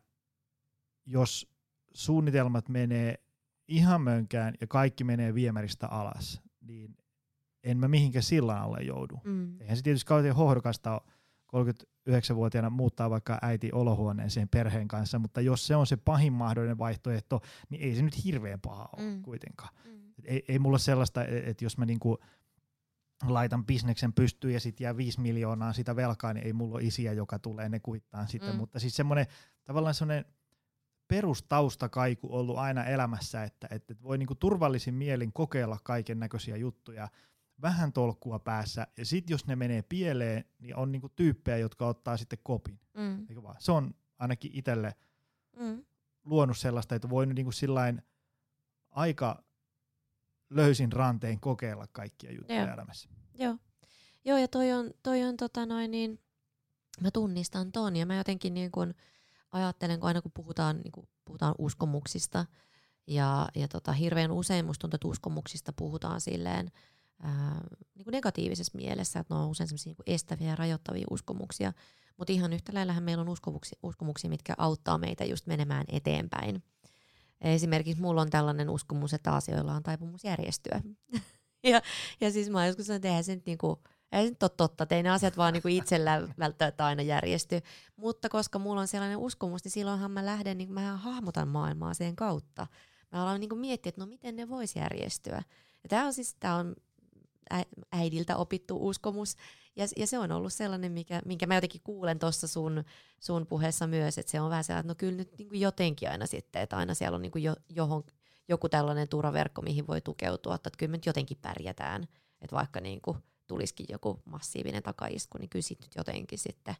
jos suunnitelmat menee ihan mönkään ja kaikki menee viemäristä alas, niin en mä mihinkään sillan alle joudu. Mm. Eihän se tietysti kauhean hohdokasta ole kolmekymmentäyhdeksänvuotiaana muuttaa vaikka äiti olohuoneeseen perheen kanssa, mutta jos se on se pahin mahdollinen vaihtoehto, niin ei se nyt hirveän paha ole mm. kuitenkaan. Mm. Ei, ei mulla sellaista, että jos mä niinku laitan bisneksen pystyyn ja sitten jää viisi miljoonaa sitä velkaa, niin ei mulla ole isiä, joka tulee ne kuittaan sitten. Mm. Mutta siis semmoinen tavallaan semmoinen perustaustakaiku ollut aina elämässä, että, että voi niinku turvallisin mielin kokeilla kaiken näköisiä juttuja, vähän tolkkua päässä, ja sitten jos ne menee pieleen, niin on niinku tyyppejä, jotka ottaa sitten kopin. Mm. Eikö vaan? Se on ainakin itselle mm. luonut sellaista, että voi niinku sillain aika löysin rantein kokeilla kaikkia juttuja Joo. elämässä. Joo. Joo, ja toi on, toi on tota noin niin, mä tunnistan ton, ja mä jotenkin niin kun ajattelen, kun aina kun puhutaan, niin kun puhutaan uskomuksista, ja, ja tota, hirveän usein musta tuntuu, että uskomuksista puhutaan silleen, Ää, niin kuin negatiivisessa mielessä, että ne on usein sellaisia niin estäviä ja rajoittavia uskomuksia, mutta ihan yhtä lailla meillä on uskomuksia, uskomuksia, mitkä auttaa meitä just menemään eteenpäin. Esimerkiksi mulla on tällainen uskomus, että asioilla on taipumus järjestyä. ja, ja siis mä oon joskus sanonut, että eihän se nyt niinku, eihän se nyt ole totta, että ei ne asiat vaan niinku itsellä välttämättä aina järjesty. Mutta koska mulla on sellainen uskomus, niin silloinhan mä lähden, niin mä hahmotan maailmaa sen kautta. Mä alan niinku miettiä, että no miten ne vois järjestyä. Ja tää on siis, tää on äidiltä opittu uskomus, ja, ja se on ollut sellainen, mikä, minkä mä jotenkin kuulen tuossa sun, sun puheessa myös, että se on vähän sellainen, että no kyllä nyt niin kuin jotenkin aina sitten, että aina siellä on niin kuin jo, johon, joku tällainen turvaverkko, mihin voi tukeutua, että kyllä me nyt jotenkin pärjätään, että vaikka niin kuin tulisikin joku massiivinen takaisku, niin kyllä sitten nyt jotenkin sitten.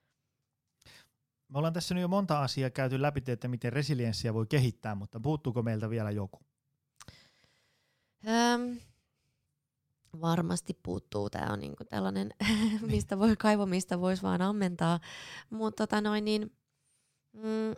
Me ollaan tässä nyt jo monta asiaa käyty läpi, että miten resilienssiä voi kehittää, mutta puuttuuko meiltä vielä joku? Ähm. Varmasti puuttuu. Tämä on niinku tällainen, mistä voi kaivo, mistä voisi vaan ammentaa. Mutta tota noin, niin, mm,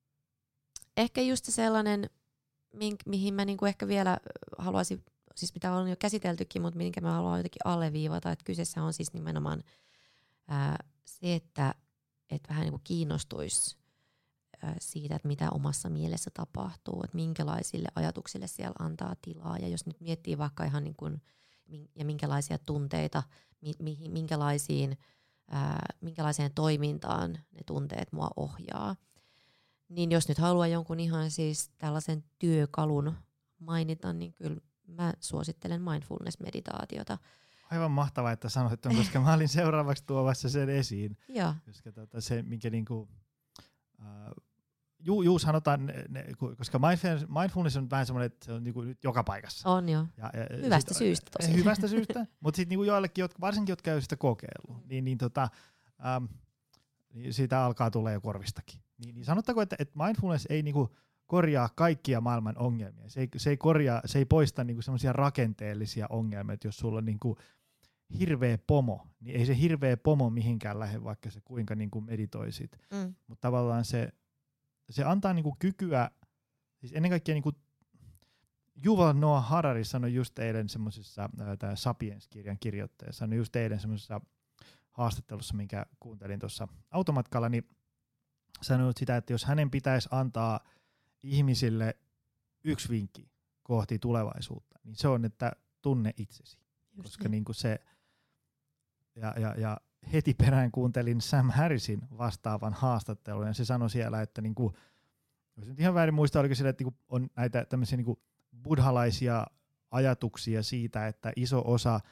ehkä just sellainen, mink, mihin mä niinku ehkä vielä haluaisin, siis mitä on jo käsiteltykin, mutta minkä mä haluan jotenkin alleviivata, että kyseessä on siis nimenomaan ää, se, että et vähän niinku kiinnostuisi ää, siitä, että mitä omassa mielessä tapahtuu, että minkälaisille ajatuksille siellä antaa tilaa. Ja jos nyt miettii vaikka ihan niin kuin ja minkälaisia tunteita, mi- minkälaisiin, ää, minkälaiseen toimintaan ne tunteet mua ohjaa. Niin jos nyt haluaa jonkun ihan siis tällaisen työkalun mainita, niin kyllä mä suosittelen mindfulness-meditaatiota. Aivan mahtavaa, että sanoit ton, koska mä olin seuraavaksi tuomassa sen esiin. Joo. Koska tota, se, minkä niinku, äh, Juu, juu, sanotaan, ne, ne, koska mindfulness on vähän semmoinen, että se on niinku nyt joka paikassa. On joo. Ja, ja hyvästä sit, syystä tosiaan. Hyvästä syystä, mutta sitten niinku joillekin, jotka, varsinkin jotka ei sitä kokeillut, mm. niin, niin, tota, ähm, niin siitä alkaa tulla jo korvistakin. Niin, niin sanottaako, että, että mindfulness ei niinku korjaa kaikkia maailman ongelmia. Se ei, se ei, korjaa, se ei poista niinku semmoisia rakenteellisia ongelmia, että jos sulla on niinku hirveä pomo, niin ei se hirveä pomo mihinkään lähde, vaikka se kuinka niinku meditoisit. Mm. Mutta tavallaan se Se antaa niinku kykyä, siis ennen kaikkea niinku Yuval Noah Harari sanoi just eilen semmoisessa, tämä Sapiens-kirjan kirjoittaja, sanoi just eilen semmoisessa haastattelussa, minkä kuuntelin tuossa automatkalla, niin sanoi sitä, että jos hänen pitäisi antaa ihmisille yksi vinkki kohti tulevaisuutta, niin se on, että tunne itsesi. Just koska niin. niinku se, ja, ja, ja heti perään kuuntelin Sam Harrisin vastaavan haastattelun, ja se sanoi siellä, että niinku, jos nyt ihan väärin muista, oliko sillä, että niinku on näitä tämmöisiä niinku buddhalaisia ajatuksia siitä, että iso osa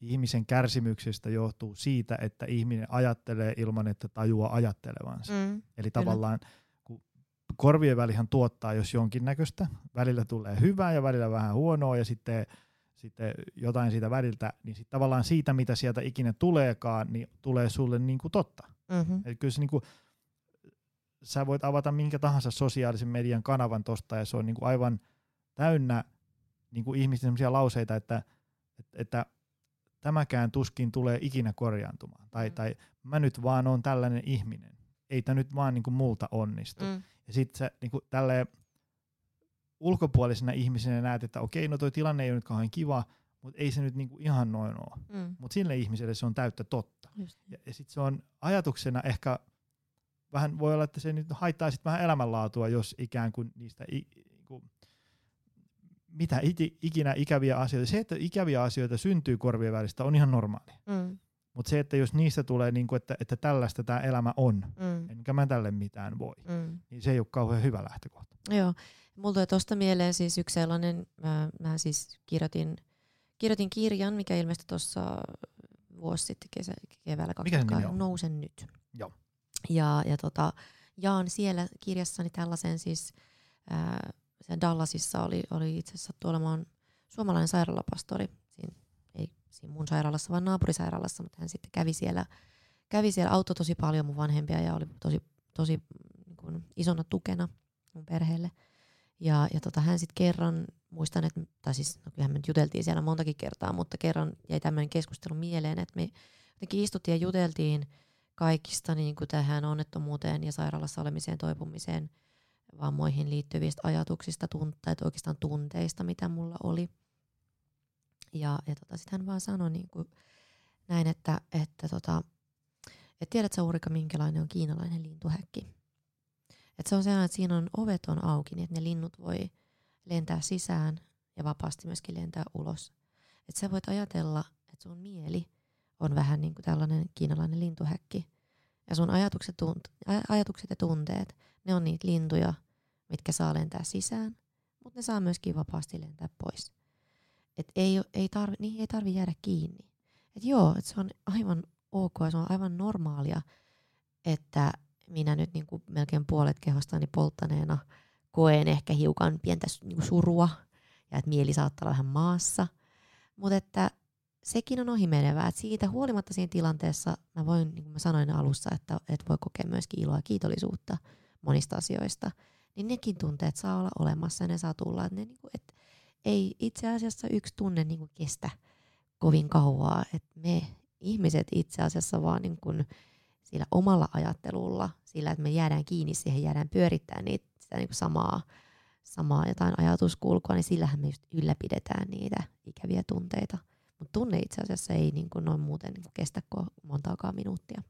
ihmisen kärsimyksestä johtuu siitä, että ihminen ajattelee ilman, että tajuaa ajattelevansa. Mm, Eli kyllä. tavallaan kun korvien välihän tuottaa jos jonkinnäköistä, välillä tulee hyvää ja välillä vähän huonoa ja sitten, sitten jotain siitä väliltä, niin sitten tavallaan siitä, mitä sieltä ikinä tuleekaan, niin tulee sulle niinku totta. Mm-hmm. Eli kyllä se niinku, sä voit avata minkä tahansa sosiaalisen median kanavan tosta ja se on niinku aivan täynnä niinku ihmisten sellaisia lauseita, että, että, että tämäkään tuskin tulee ikinä korjaantumaan. Tai, mm. tai mä nyt vaan oon tällainen ihminen. Ei tää nyt vaan niinku multa onnistu. Mm. Ja sit sä niinku tälleen ulkopuolisena ihmisenä näet, että okei, no toi tilanne ei ole nyt kauhean kiva, mutta ei se nyt niinku ihan noin ole. Mm. Mutta sille ihmiselle se on täyttä totta. Ja, ja sit se on ajatuksena ehkä vähän, voi olla, että se nyt haittaa sit vähän elämänlaatua, jos ikään kuin niistä i, niinku, mitä ikinä ikäviä asioita. Se, että ikäviä asioita syntyy korvien välistä, on ihan normaalia. Mm. Mutta se, että jos niistä tulee, niinku, että, että tällaista tämä elämä on, mm. enkä mä tälle mitään voi, mm. niin se ei ole kauhean hyvä lähtökohta. Joo. Mulla tuli tuosta mieleen siis yksi sellainen, mä, mä siis kirjoitin, kirjoitin kirjan, mikä ilmestyi tuossa vuosi sitten kesä, keväällä kaksituhattakahdeksan, Nousen nyt. Joo. Ja, ja tota, jaan siellä kirjassani tällaisen siis, ää, Dallasissa oli, oli itse asiassa sattuu olemaan suomalainen sairaalapastori, siinä, ei siinä mun sairaalassa, vaan naapurisairaalassa, mutta hän sitten kävi siellä, kävi siellä, auttoi tosi paljon mun vanhempia ja oli tosi, tosi niin kuin isona tukena mun perheelle. Ja, ja tota, hän sitten kerran, muistan, että, tai siis, no kyllähän me nyt juteltiin siellä montakin kertaa, mutta kerran jäi tämmöinen keskustelu mieleen, että me jotenkin istuttiin ja juteltiin kaikista niin kuin tähän onnettomuuteen ja sairaalassa olemiseen, toipumiseen, vammoihin liittyvistä ajatuksista, tunteista, oikeastaan tunteista, mitä mulla oli. Ja, ja tota, sitten hän vaan sanoi niin kuin näin, että, että tota, et tiedätkö Ulrika, minkälainen on kiinalainen lintuhäkki? Et se on sellainen, että siinä on ovet on auki, niin että ne linnut voi lentää sisään ja vapaasti myöskin lentää ulos. Että sä voit ajatella, että sun mieli on vähän niin kuin tällainen kiinalainen lintuhäkki. Ja sun ajatukset, tunt- ajatukset ja tunteet, ne on niitä lintuja, mitkä saa lentää sisään, mutta ne saa myöskin vapaasti lentää pois. Et ei, ei tarvi, niihin ei tarvi jäädä kiinni. Et joo, et se on aivan ok, se on aivan normaalia, että minä nyt niin kuin melkein puolet kehostani polttaneena koen ehkä hiukan pientä niin kuin surua ja että mieli saattaa olla vähän maassa. Mutta että sekin on ohimenevää, että siitä huolimatta siinä tilanteessa mä voin, niin kuin mä sanoin alussa, että, että voi kokea myöskin iloa ja kiitollisuutta monista asioista, niin nekin tunteet saa olla olemassa ja ne saa tulla. Että ne, niin kuin, että ei itse asiassa yksi tunne niin kuin kestä kovin kauaa, että me ihmiset itse asiassa vaan niin kuin sillä omalla ajattelulla, sillä että me jäädään kiinni siihen, jäädään pyörittämään niitä, sitä niin kuin samaa, samaa jotain ajatuskulkua, niin sillähän me just ylläpidetään niitä ikäviä tunteita. Mutta tunne itse asiassa ei niin kuin noin muuten niin kuin kestä montaakaan minuuttia.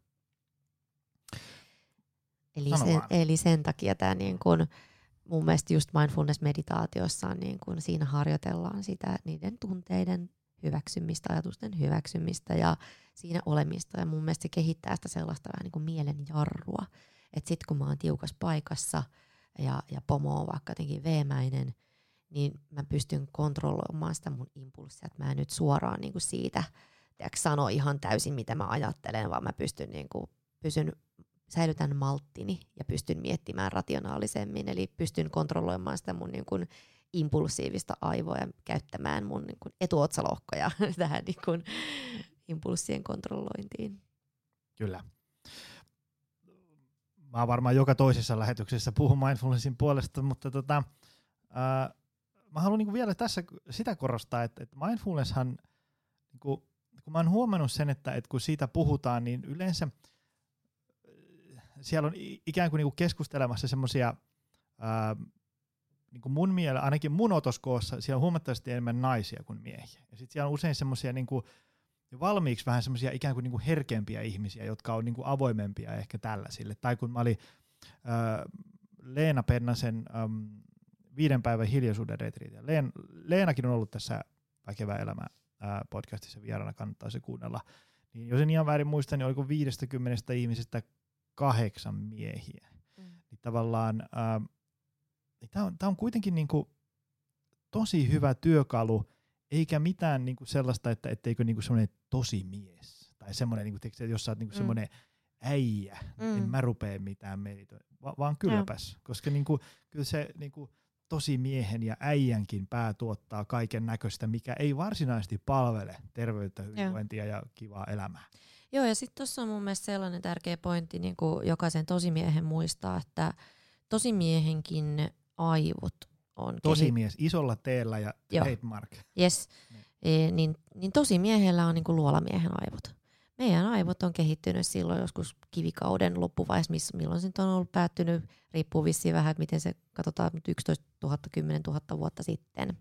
Eli sen, eli sen takia tämä niin kuin, mun mielestä just mindfulness-meditaatiossa on niin kuin, siinä harjoitellaan sitä niiden tunteiden hyväksymistä, ajatusten hyväksymistä ja siinä olemista. Ja mun mielestä se kehittää sitä sellaista vähän niin kuin mielen jarrua. Että sit kun mä oon tiukassa paikassa ja, ja pomo on vaikka jotenkin veemäinen, niin mä pystyn kontrolloimaan sitä mun impulssia, että mä en nyt suoraan niin kuin siitä tiedätkö, sano ihan täysin, mitä mä ajattelen, vaan mä pystyn niin kuin, pysyn, säilytän malttini ja pystyn miettimään rationaalisemmin, eli pystyn kontrolloimaan sitä mun niin kuin impulsiivista aivoa ja käyttämään mun niin kuin etuotsalohkoja tähän niin kuin impulssien kontrollointiin. Kyllä. Mä oon varmaan joka toisessa lähetyksessä puhun mindfulnessin puolesta, mutta tota, ää, mä haluan niinku vielä tässä sitä korostaa, että, että mindfulnesshan, niinku, kun mä oon huomannut sen, että, että kun siitä puhutaan, niin yleensä siellä on ikään kuin niinku keskustelemassa semmoisia, niinku mun mielestä, ainakin mun otoskoossa, siellä on huomattavasti enemmän naisia kuin miehiä. Ja sitten siellä on usein semmoisia niinku, valmiiksi vähän semmoisia ikään kuin niinku herkempiä ihmisiä, jotka on niinku avoimempia ehkä tällaisille. Tai kun mä olin äh, Leena Pennasen ähm, viiden päivän hiljaisuuden retriitillä. Leen, Leenakin on ollut tässä Väkevä elämä äh, podcastissa vieraana, kannattaa se kuunnella. Niin jos en ihan väärin muista, niin oliko viidestäkymmenestä ihmisestä kahdeksan miehiä. Mm. Niin tavallaan äh, tämä on, on kuitenkin niinku tosi hyvä työkalu eikä mitään niinku sellaista, että etteikö niinku semmoinen tosi mies tai semmoinen, niinku, jos sä oot niinku mm. semmoinen äijä, mm. en mä rupee mitään meditoimaan, Va- vaan kylläpäs, ja. koska niinku, kyllä se niinku, tosi miehen ja äijänkin pää tuottaa kaiken näköistä, mikä ei varsinaisesti palvele terveyttä, hyvinvointia ja, ja kivaa elämää. Joo, ja sitten tuossa on mun mielestä sellainen tärkeä pointti, niin kuin jokaisen tosimiehen muistaa, että tosimiehenkin aivot on... Tosimies, kehi- isolla teellä ja trademark. Yes, e, niin, niin tosimiehellä on niin kuin luolamiehen aivot. Meidän aivot on kehittynyt silloin joskus kivikauden loppuvaiheessa, milloin se on ollut päättynyt, riippuu vissiin vähän, että miten se katsotaan yksitoistatuhatta, kymmenentuhatta vuotta sitten.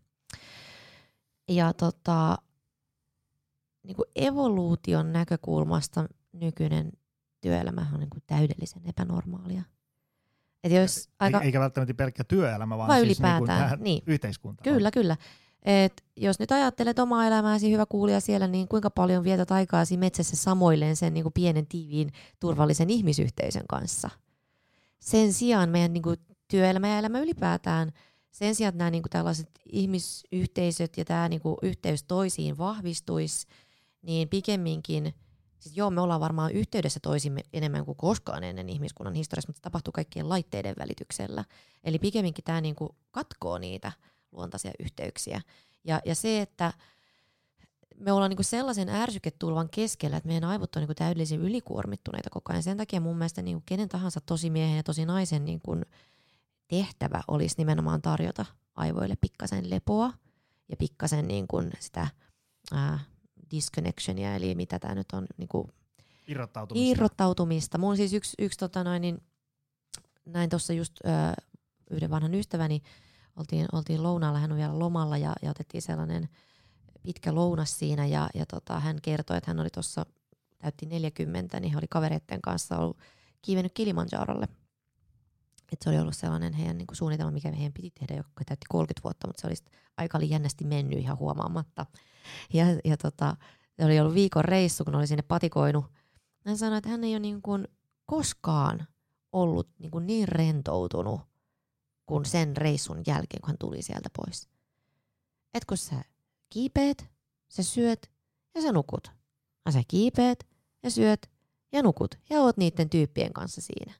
Ja tota, niin kuin evoluution näkökulmasta nykyinen työelämä on niin kuin täydellisen epänormaalia. Et jos aika, eikä välttämättä pelkkä työelämä, vaan, vaan siis ylipäätään niin niin. yhteiskunta. Kyllä, on. kyllä. Et jos nyt ajattelet omaa elämääsi, hyvä kuulija siellä, niin kuinka paljon vietät aikaasi metsässä samoilleen sen niin kuin pienen, tiiviin, turvallisen ihmisyhteisön kanssa. Sen sijaan meidän niin kuin työelämä ja elämä ylipäätään, sen sijaan, että nämä niin kuin tällaiset ihmisyhteisöt ja tämä niin kuin yhteys toisiin vahvistuisi, niin pikemminkin, siis joo, me ollaan varmaan yhteydessä toisimme enemmän kuin koskaan ennen ihmiskunnan historiassa, mutta se tapahtuu kaikkien laitteiden välityksellä. Eli pikemminkin tämä niin kuin katkoo niitä luontaisia yhteyksiä. Ja, ja se, että me ollaan niinku sellaisen ärsyketulvan keskellä, että meidän aivot on niinku täydellisen ylikuormittuneita koko ajan. Sen takia mun mielestä niinku kenen tahansa tosimiehen ja tosinaisen niinku tehtävä olisi nimenomaan tarjota aivoille pikkasen lepoa ja pikkasen niinku sitä ää, disconnectionia, eli mitä tämä nyt on, niinku irrottautumista. irrottautumista. Mun siis yksi, yksi tota noin, niin, näin tuossa just ää, yhden vanhan ystäväni, Oltiin, oltiin lounaalla, hän on vielä lomalla ja, ja otettiin sellainen pitkä lounas siinä ja, ja tota, hän kertoi, että hän oli tuossa, täytti neljäkymmentä, niin he oli kavereiden kanssa ollut kiivennyt Kilimanjarolle. Et se oli ollut sellainen heidän niin kuin suunnitelma, mikä heidän piti tehdä, joka täytti kolmekymmentä vuotta, mutta se oli aika oli jännästi mennyt ihan huomaamatta. Ja, ja tota, se oli ollut viikon reissu, kun oli sinne patikoinut. Hän sanoi, että hän ei ole niin kuin koskaan ollut niin, kuin niin rentoutunut kun sen reissun jälkeen, kun hän tuli sieltä pois. Et kun sä kiipeet, sä syöt ja sä nukut. Ja sä kiipeet ja syöt ja nukut ja oot niiden tyyppien kanssa siinä.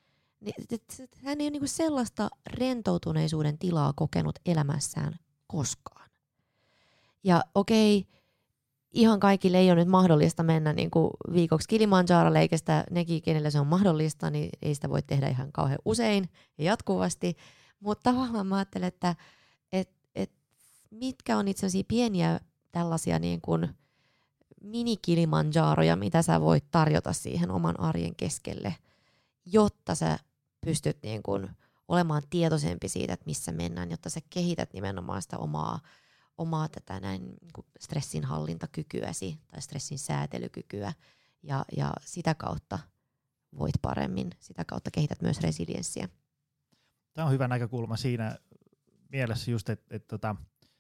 Hän ei ole niinku sellaista rentoutuneisuuden tilaa kokenut elämässään koskaan. Ja okei, ihan kaikille ei ole nyt mahdollista mennä niinku viikoksi Kilimanjarolle, eikä sitä nekin, kenelle se on mahdollista, niin ei sitä voi tehdä ihan kauhean usein ja jatkuvasti. Mutta tavallaan mä ajattelen, että et, et mitkä on itse asiassa pieniä tällaisia niin kuin mini-Kilimanjaroja, mitä sä voit tarjota siihen oman arjen keskelle, jotta sä pystyt niin kuin olemaan tietoisempi siitä, että missä mennään, jotta sä kehität nimenomaan sitä omaa omaa tätä näin niin kuin stressinhallintakykyäsi tai stressin säätelykykyä ja, ja sitä kautta voit paremmin, sitä kautta kehität myös resilienssiä. Tämä on hyvä näkökulma siinä mielessä just, että et, tota,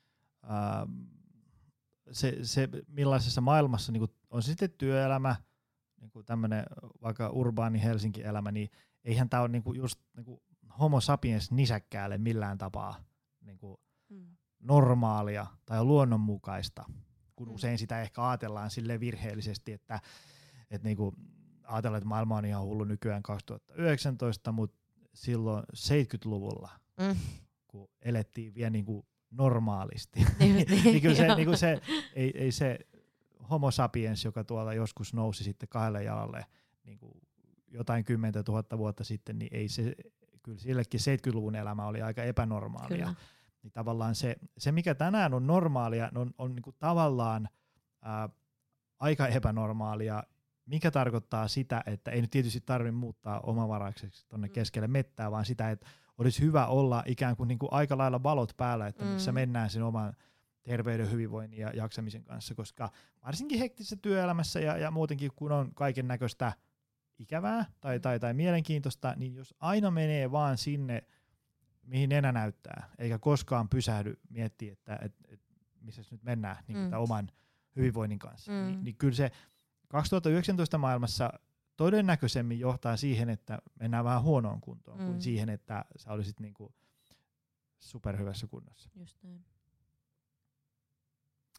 se, se millaisessa maailmassa niin on sitten työelämä, niin tämmöinen vaikka urbaani Helsinki-elämä, niin eihän tämä ole niin just niin homo sapiens nisäkkäälle millään tapaa niin kuin mm. normaalia tai luonnonmukaista, kun mm. usein sitä ehkä ajatellaan silleen virheellisesti, että, että niinku ajatellaan, että maailma on ihan hullu nykyään kaksituhattayhdeksäntoista, mutta silloin seitsemänkymmentäluvulla, mm. kun elettiin vielä niinku normaalisti, niin kyllä se, niinku se, ei, ei se homo sapiens, joka tuolla joskus nousi sitten kahdelle jalalle niinku jotain kymmentä tuhatta vuotta sitten, niin ei se, kyllä sillekin seitsemänkymmentäluvun elämä oli aika epänormaalia. Kyllä. Niin tavallaan se, se, mikä tänään on normaalia, on, on niinku tavallaan ää, aika epänormaalia, mikä tarkoittaa sitä, että ei nyt tietysti tarvitse muuttaa omavaraiseksi tuonne mm. keskelle mettää, vaan sitä, että olisi hyvä olla ikään kuin, niinku aika lailla valot päällä, että missä mm. mennään sen oman terveyden, hyvinvoinnin ja jaksamisen kanssa, koska varsinkin hektisessä työelämässä ja, ja muutenkin, kun on kaiken näköistä ikävää tai, tai, tai mielenkiintoista, niin jos aina menee vaan sinne, mihin nenä näyttää, eikä koskaan pysähdy miettiä, että et, et, missä nyt mennään niin mm. oman hyvinvoinnin kanssa. Mm. Ni, niin kyllä se kaksituhattayhdeksäntoista maailmassa todennäköisemmin johtaa siihen, että mennään vähän huonoon kuntoon, mm. kuin siihen, että sä olisit niinku superhyvässä kunnossa. Just näin.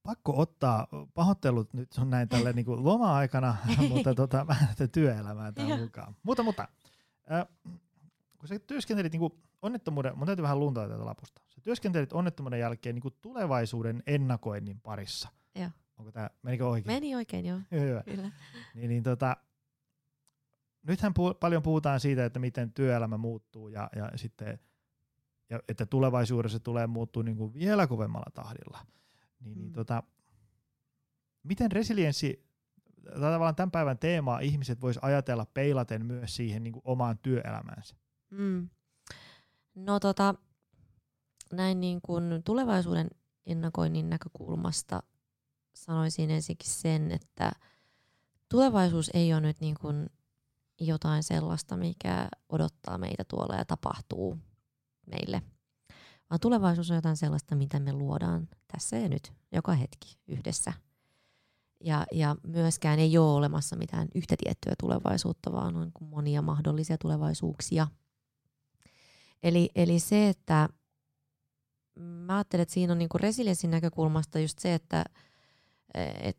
pakko ottaa pahoittelut nyt sun näin tälle niin kuin loma-aikana, mutta tota, mä en työelämää tämän mukaan. Mutta, mutta äh, kun sä työskentelit niin kuin onnettomuuden, mun täytyy vähän luntaa tätä lapusta. Sä työskentelit onnettomuuden jälkeen niin kuin tulevaisuuden ennakoinnin parissa. Joo. Onko tää, menikö oikein? Meni oikein, joo. Hyvä. Kyllä. Niin, niin tota, nythän pu- paljon puhutaan siitä, että miten työelämä muuttuu ja, ja sitten, ja että tulevaisuudessa tulee muuttua niin kuin vielä kovemmalla tahdilla. Niin, mm. niin tota, miten resilienssi, tavallaan tämän päivän teemaa ihmiset vois ajatella peilaten myös siihen niin kuin omaan työelämäänsä? Mm. No tota, näin niin kuin tulevaisuuden ennakoinnin näkökulmasta sanoisin ensinnäkin sen, että tulevaisuus ei ole nyt niin kuin jotain sellaista, mikä odottaa meitä tuolla ja tapahtuu meille, vaan tulevaisuus on jotain sellaista, mitä me luodaan tässä ja nyt, joka hetki yhdessä. Ja, ja myöskään ei ole olemassa mitään yhtä tiettyä tulevaisuutta, vaan on monia mahdollisia tulevaisuuksia. Eli, eli se, että mä ajattelen, että siinä on niinku resilienssin näkökulmasta just se, että et,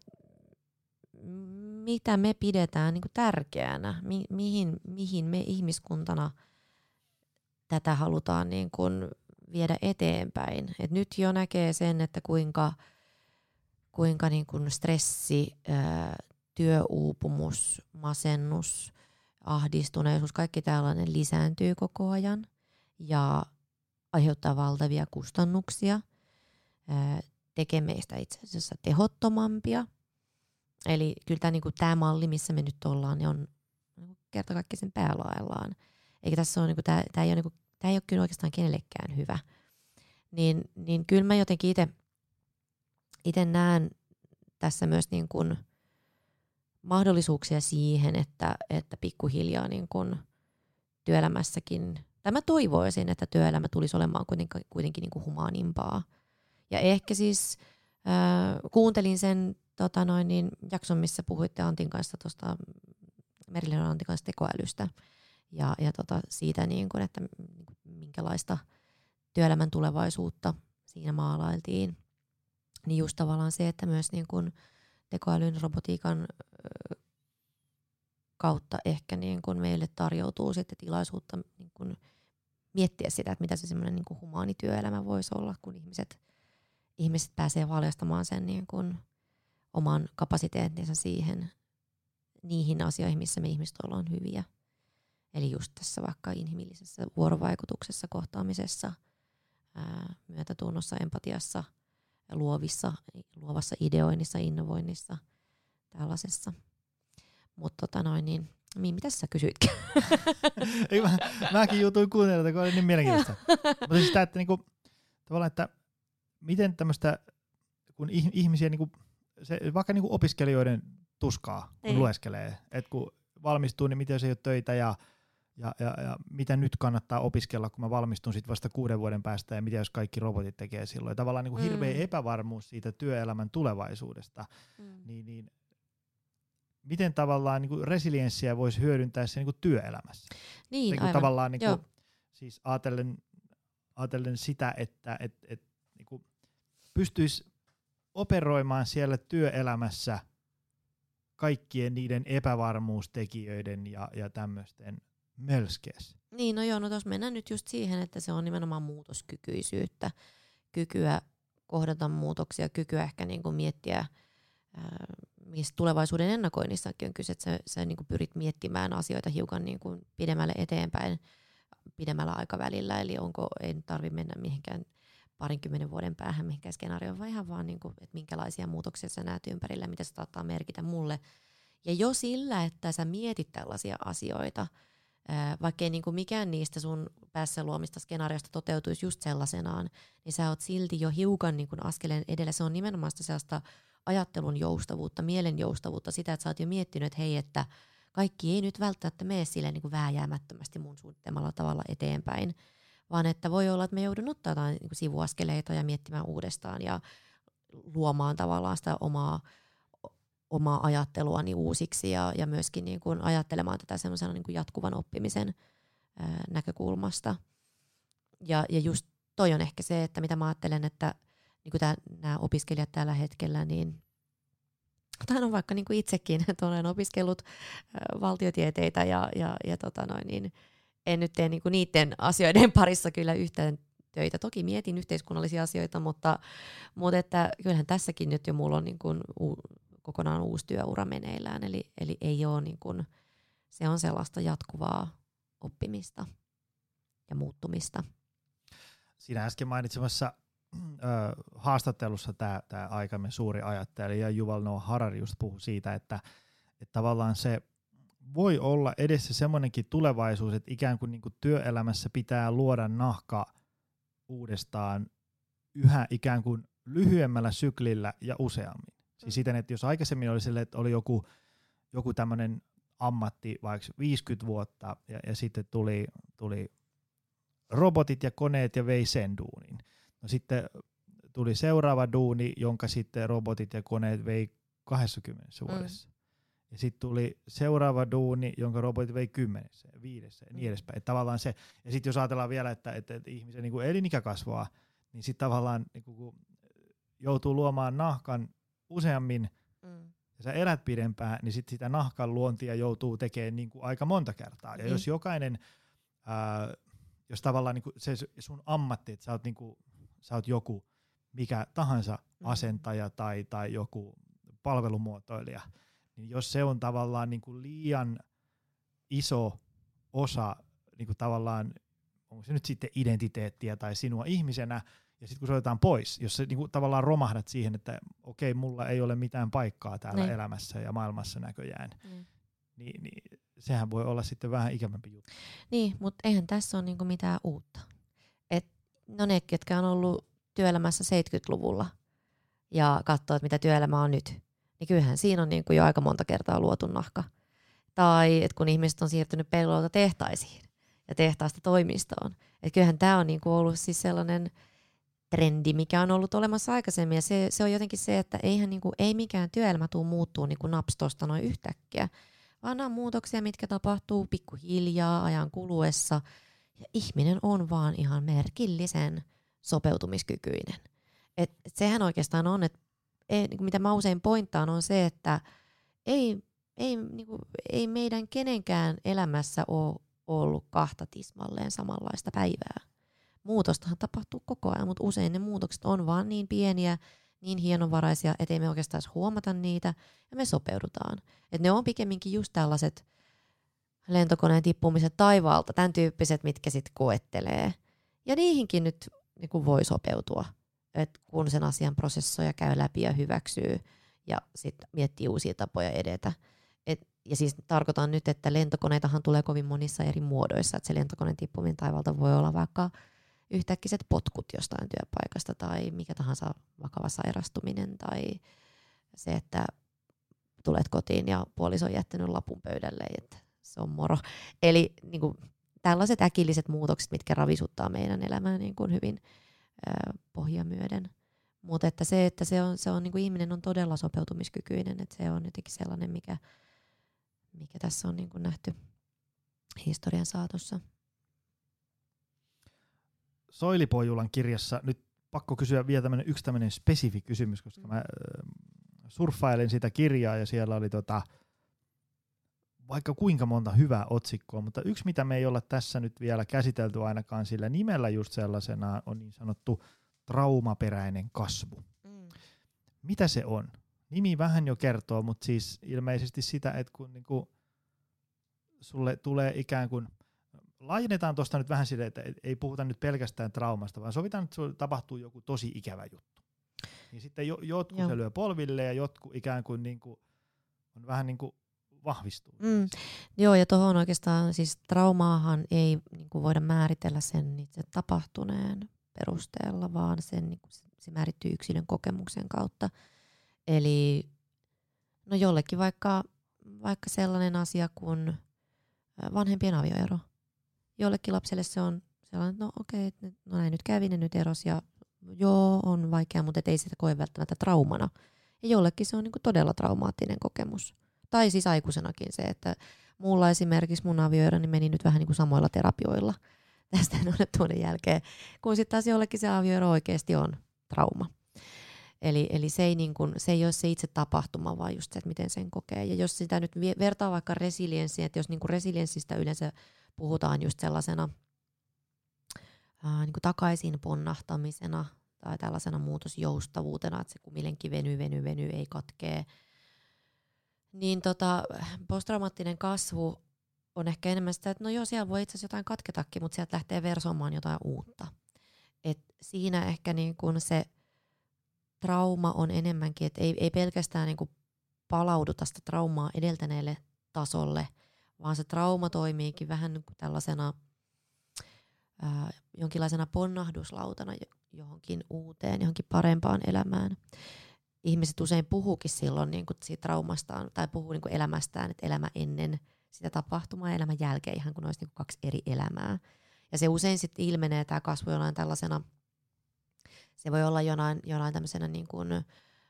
mitä me pidetään niinku tärkeänä, mi, mihin, mihin me ihmiskuntana tätä halutaan niinku viedä eteenpäin. Et nyt jo näkee sen, että kuinka, kuinka niinku stressi, ää, työuupumus, masennus, ahdistuneisuus, kaikki tällainen lisääntyy koko ajan ja aiheuttaa valtavia kustannuksia, ää, tekee meistä itse asiassa tehottomampia. Eli kyllä tämä niinku, tää malli, missä me nyt ollaan, niin on kertakaikkisen päälaellaan. Eikä tässä ole, niinku, tämä ei ole niinku, tää ei ole kyllä oikeastaan kenellekään hyvä. Niin, niin kyllä mä jotenkin itse itse näen tässä myös niin kuin mahdollisuuksia siihen, että, että pikkuhiljaa niin kuin työelämässäkin, tai mä toivoisin, että työelämä tulisi olemaan kuitenkin, kuitenkin niin kuin humaanimpaa. Ja ehkä siis äh, kuuntelin sen tota noin, niin, jakson, missä puhuitte Antin kanssa tuosta Merilenon Antin kanssa tekoälystä ja, ja tota, siitä, niin kuin, että minkälaista työelämän tulevaisuutta siinä maalailtiin. Niin just tavallaan se, että myös niin kuin tekoälyn, robotiikan ö, kautta ehkä niin kuin meille tarjoutuu sitten tilaisuutta niin kuin miettiä sitä, että mitä se semmoinen niin kuin humaani työelämä voisi olla, kun ihmiset, ihmiset pääsee valjastamaan sen niin kuin oman kapasiteettinsa siihen, niihin asioihin, missä me ihmiset ollaan hyviä. Eli just tässä vaikka inhimillisessä vuorovaikutuksessa, kohtaamisessa, ää, myötätunnossa, empatiassa, luovissa, luovassa ideoinnissa, innovoinnissa, tällaisessa. Mutta tota noin, niin, mitä sä kysyitkin? Ei, mä, mäkin jutuin kuuntelemaan, kun oli niin mielenkiintoista. Mutta siis tämä, että niinku, tavallaan, että miten tämmöistä, kun ihmisiä, niinku, se, vaikka niinku opiskelijoiden tuskaa, kun Ei. lueskelee, että kun valmistuu, niin miten jos ei ole töitä ja Ja, ja, ja mitä nyt kannattaa opiskella, kun mä valmistun sit vasta kuuden vuoden päästä, ja mitä jos kaikki robotit tekee silloin. Ja tavallaan niin kuin mm. hirveä epävarmuus siitä työelämän tulevaisuudesta. Mm. Niin, niin, miten tavallaan niin kuin resilienssiä voisi hyödyntää se niin kuin työelämässä? Niin, niin kuin tavallaan niin kuin, siis ajatellen, ajatellen sitä, että et, et, niin kuin pystyisi operoimaan siellä työelämässä kaikkien niiden epävarmuustekijöiden ja, ja tämmöisten mölskeessä. Niin, no joo, no tuossa mennään nyt just siihen, että se on nimenomaan muutoskykyisyyttä, kykyä kohdata muutoksia, kykyä ehkä niinku miettiä, ää, mistä tulevaisuuden ennakoinnissakin on kyse, että sä, sä niinku pyrit miettimään asioita hiukan niinku pidemmälle eteenpäin, pidemmällä aikavälillä, eli onko, ei tarvitse mennä mihinkään parinkymmenen vuoden päähän mihinkään skenaarioon, vaan ihan vaan, niinku, että minkälaisia muutoksia sä näet ympärillä, mitä se saattaa merkitä mulle. Ja jo sillä, että sä mietit tällaisia asioita, vaikkei niinku mikään niistä sun päässä luomista skenaarioista toteutuisi just sellaisenaan, niin sä oot silti jo hiukan niinku askeleen edellä. Se on nimenomaan sitä sellaista ajattelun joustavuutta, mielen joustavuutta, sitä, että sä oot jo miettinyt, että hei, että kaikki ei nyt välttämättä mene silleen niinku vääjäämättömästi mun suunnittelemalla tavalla eteenpäin, vaan että voi olla, että me joudun ottaa jotain niinku sivuaskeleita ja miettimään uudestaan ja luomaan tavallaan sitä omaa omaa ajatteluani uusiksi ja, ja myöskin niin kuin ajattelemaan tätä semmoisena niin kuin jatkuvan oppimisen ää, näkökulmasta. Ja, ja just toi on ehkä se, että mitä mä ajattelen, että niin kuin nämä opiskelijat tällä hetkellä, niin tai on vaikka niin kuin itsekin, että olen opiskellut ä, valtiotieteitä ja, ja, ja tota noin, niin en nyt tee niin kuin niiden asioiden parissa kyllä yhtään töitä. Toki mietin yhteiskunnallisia asioita, mutta, mutta että kyllähän tässäkin nyt jo mulla on niin kuin u, kokonaan uusi työura meneillään, eli, eli ei ole niin kuin, se on sellaista jatkuvaa oppimista ja muuttumista. Siinä äsken mainitsemassa ö, haastattelussa tämä aikamme suuri ajattelija Yuval Noah Harari just puhui siitä, että, että tavallaan se voi olla edessä semmoinenkin tulevaisuus, että ikään kuin, niin kuin työelämässä pitää luoda nahka uudestaan yhä ikään kuin lyhyemmällä syklillä ja useammin. Siis siten, että jos aikaisemmin oli sille, että oli joku, joku tämmöinen ammatti vaikka viisikymmentä vuotta ja, ja sitten tuli, tuli robotit ja koneet ja vei sen duunin. No sitten tuli seuraava duuni, jonka sitten robotit ja koneet vei kaksikymmentä vuodessa. Mm. Ja sitten tuli seuraava duuni, jonka robotit vei kymmenessä ja viidessä ja niin edespäin. Et tavallaan se, ja sitten jos ajatellaan vielä, että, että, että ihmisen niin kuin elinikä kasvaa, niin sitten tavallaan niin kun joutuu luomaan nahkan useammin, mm. ja sä elät pidempään, niin sitten sitä nahkan luontia joutuu tekemään niin kuin aika monta kertaa. Ja mm. jos jokainen, ää, jos tavallaan niin kuin se sun ammatti, että sä oot, niin kuin, sä oot joku mikä tahansa mm. asentaja tai, tai joku palvelumuotoilija, niin jos se on tavallaan niin kuin liian iso osa niin kuin tavallaan, onko se nyt sitten identiteettiä tai sinua ihmisenä, ja sitten kun se otetaan pois, jos sä niin kuin tavallaan romahdat siihen, että okei, mulla ei ole mitään paikkaa täällä Nein. elämässä ja maailmassa näköjään, Nein. niin, niin sehän voi olla sitten vähän ikävämpi juttu. Niin, mutta eihän tässä ole niinku mitään uutta. Et, no ne, ketkä on ollut työelämässä seitsemänkymmentäluvulla ja katsoo, mitä työelämä on nyt, niin kyllähän siinä on niinku jo aika monta kertaa luotu nahka. Tai että kun ihmiset on siirtynyt pellolta tehtaisiin ja tehtaasta toimistoon. Että kyllähän tämä on niinku ollut siis sellainen trendi, mikä on ollut olemassa aikaisemmin. Ja se, se on jotenkin se, että eihän niinku, ei mikään työelämä tule muuttuu niinku napstosta noin yhtäkkiä, vaan nämä on muutoksia, mitkä tapahtuu pikkuhiljaa ajan kuluessa. Ja ihminen on vaan ihan merkillisen sopeutumiskykyinen. Et, et sehän oikeastaan on, että ei, niin mitä mä usein pointtaan, on se, että ei, ei, niin kuin, ei meidän kenenkään elämässä ole ollut kahta tismalleen samanlaista päivää. Muutostahan tapahtuu koko ajan, mutta usein ne muutokset on vaan niin pieniä, niin hienovaraisia, ettei me oikeastaan huomata niitä ja me sopeudutaan. Et ne on pikemminkin just tällaiset lentokoneen tippumiset taivaalta, tämän tyyppiset, mitkä sitten koettelee. Ja niihinkin nyt niin kuin voi sopeutua, et kun sen asian prosessoja käy läpi ja hyväksyy ja sitten miettii uusia tapoja edetä. Et, ja siis tarkoitan nyt, että lentokoneitahan tulee kovin monissa eri muodoissa, että se lentokoneen tippuminen taivaalta voi olla vaikka yhtäkkiset potkut jostain työpaikasta tai mikä tahansa vakava sairastuminen tai se, että tulet kotiin ja puoliso on jättänyt lapun pöydälle, että se on moro. Eli niin kuin, tällaiset äkilliset muutokset, mitkä ravisuttaa meidän elämää niin kuin hyvin ö, pohjia myöden. Mutta että se, että se on, se on niin kuin ihminen on todella sopeutumiskykyinen, että se on jotenkin sellainen, mikä, mikä tässä on niin kuin nähty historian saatossa. Soili Pojulan kirjassa, nyt pakko kysyä vielä tämmönen, yksi tämmöinen spesifi kysymys, koska mä äh, surffailin sitä kirjaa ja siellä oli tota, vaikka kuinka monta hyvää otsikkoa, mutta yksi mitä me ei olla tässä nyt vielä käsitelty ainakaan sillä nimellä just sellaisena on niin sanottu traumaperäinen kasvu. Mm. Mitä se on? Nimi vähän jo kertoo, mutta siis ilmeisesti sitä, että kun niinku sulle tulee ikään kuin laajennetaan tuosta nyt vähän silleen, että ei puhuta nyt pelkästään traumasta, vaan sovitaan, että sulle tapahtuu joku tosi ikävä juttu. Niin sitten jo, jotkut Joo. se lyö polville ja jotkut ikään kuin, niin kuin on vähän niin kuin vahvistuu. Mm. Joo, ja tuohon oikeastaan siis traumaahan ei niin kuin voida määritellä sen itse tapahtuneen perusteella, vaan sen, niin kuin se määrittyy yksilön kokemuksen kautta. Eli no jollekin vaikka, vaikka sellainen asia kuin vanhempien avioero. Jollekin lapselle se on sellainen, että no okei, okay, no näin nyt kävi, ne nyt eros ja joo, on vaikea, mutta ei sitä koe välttämättä traumana. Ja jollekin se on niin kuin todella traumaattinen kokemus. Tai siis aikuisenakin se, että mulla esimerkiksi mun avioeroni meni nyt vähän niin kuin samoilla terapioilla tästä onnettomuuden jälkeen, kun sitten taas jollekin se avioero oikeasti on trauma. Eli, eli se, ei niin kuin, se ei ole se itse tapahtuma, vaan just se, että miten sen kokee. Ja jos sitä nyt vertaa vaikka resilienssiin, että jos niin kuin resilienssistä yleensä puhutaan just sellaisena ää, niin kuin takaisin ponnahtamisena tai tällaisena muutosjoustavuutena, että se kumminenkin venyy, venyy, venyy, ei katkee, niin tota, posttraumaattinen kasvu on ehkä enemmän sitä, että no joo, siellä voi itse asiassa jotain katketakin, mutta sieltä lähtee versomaan jotain uutta. Et siinä ehkä niin kuin se trauma on enemmänkin, että ei, ei pelkästään niin kuin palauduta sitä traumaa edeltäneelle tasolle, vaan se trauma toimiikin vähän niin kuin tällaisena ää, jonkinlaisena ponnahduslautana johonkin uuteen, johonkin parempaan elämään. Ihmiset usein puhuukin silloin niin kuin siitä traumastaan tai puhuu niin kuin elämästään, että elämä ennen sitä tapahtumaa ja elämän jälkeen, ihan kuin olisi niin kuin kaksi eri elämää. Ja se usein sitten ilmenee tämä kasvu jollain tällaisena, se voi olla jonain, jonain tämmöisenä niin kuin, ö,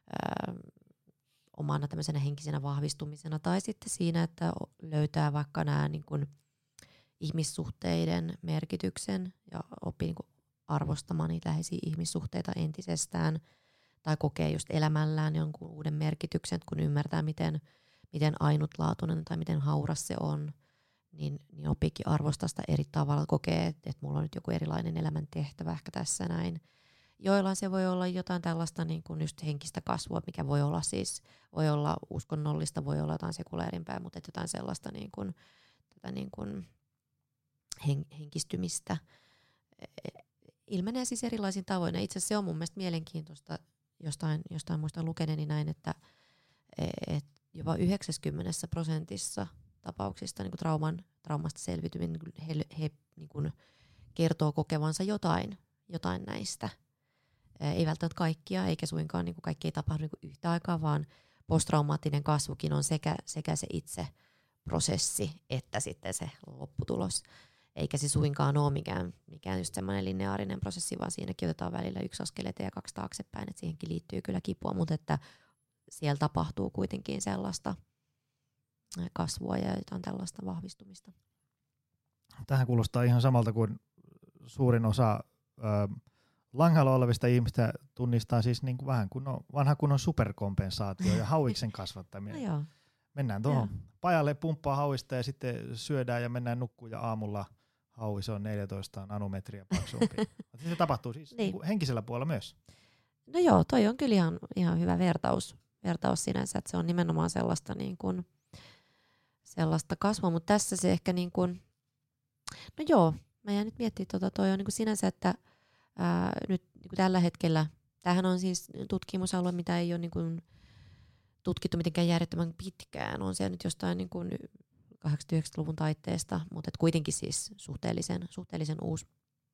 omana tämmöisenä henkisenä vahvistumisena tai sitten siinä, että löytää vaikka nämä niin kuin ihmissuhteiden merkityksen ja oppii niin kuin arvostamaan niitä läheisiä ihmissuhteita entisestään tai kokee just elämällään jonkun uuden merkityksen, kun ymmärtää, miten, miten ainutlaatuinen tai miten hauras se on, niin, niin opiikin arvostaa sitä eri tavalla, kokee, että, että mulla on nyt joku erilainen elämän tehtävä ehkä tässä näin. Joillain se voi olla jotain tällaista niin kuin just henkistä kasvua, mikä voi olla siis, voi olla uskonnollista, voi olla jotain sekuleerimpää, mutta jotain sellaista niin kuin, tätä niin kuin hen, henkistymistä. Ilmenee siis erilaisin tavoin. Itse asiassa se on mun mielestä mielenkiintoista, jostain, jostain muistan lukeneeni näin, että et jopa yhdeksänkymmentä prosentissa tapauksista niin kuin trauman, traumasta selvityminen, he, he niin kuin kertoo kokevansa jotain, jotain näistä. Ei välttämättä kaikkia, eikä suinkaan niin kuin kaikki ei tapahdu niin kuin yhtä aikaa, vaan posttraumaattinen kasvukin on sekä, sekä se itse prosessi että sitten se lopputulos. Eikä se suinkaan ole mikään, mikään just semmoinen lineaarinen prosessi, vaan siinäkin otetaan välillä yksi askel eteen ja kaksi taaksepäin, että siihenkin liittyy kyllä kipua, mutta että siellä tapahtuu kuitenkin sellaista kasvua ja jotain tällaista vahvistumista. Tähän kuulostaa ihan samalta kuin suurin osa ö, langalla olevista ihmistä tunnistaa siis niin kuin vähän kun on, vanha kunnon superkompensaatio ja hauiksen kasvattaminen. No joo. Mennään tuohon pajalle, pumppaa hauista ja sitten syödään ja mennään nukkuun ja aamulla hauis on neljätoista nanometriä paksumpi. Se tapahtuu siis niin. Niin henkisellä puolella myös. No joo, toi on kyllä ihan, ihan hyvä vertaus, vertaus sinänsä, että se on nimenomaan sellaista, niin kuin, sellaista kasvua, mutta tässä se ehkä niin kuin, no joo, mä jään nyt miettimään, tota, toi on niin kuin sinänsä, että ää, nyt niin kuin tällä hetkellä, tämähän on siis tutkimusalue, mitä ei ole niin kuin tutkittu mitenkään järjettömän pitkään, on siellä nyt jostain niin kuin kahdeksankymmentä-yhdeksänkymmentäluvun taitteesta, mutta et kuitenkin siis suhteellisen, suhteellisen uusi.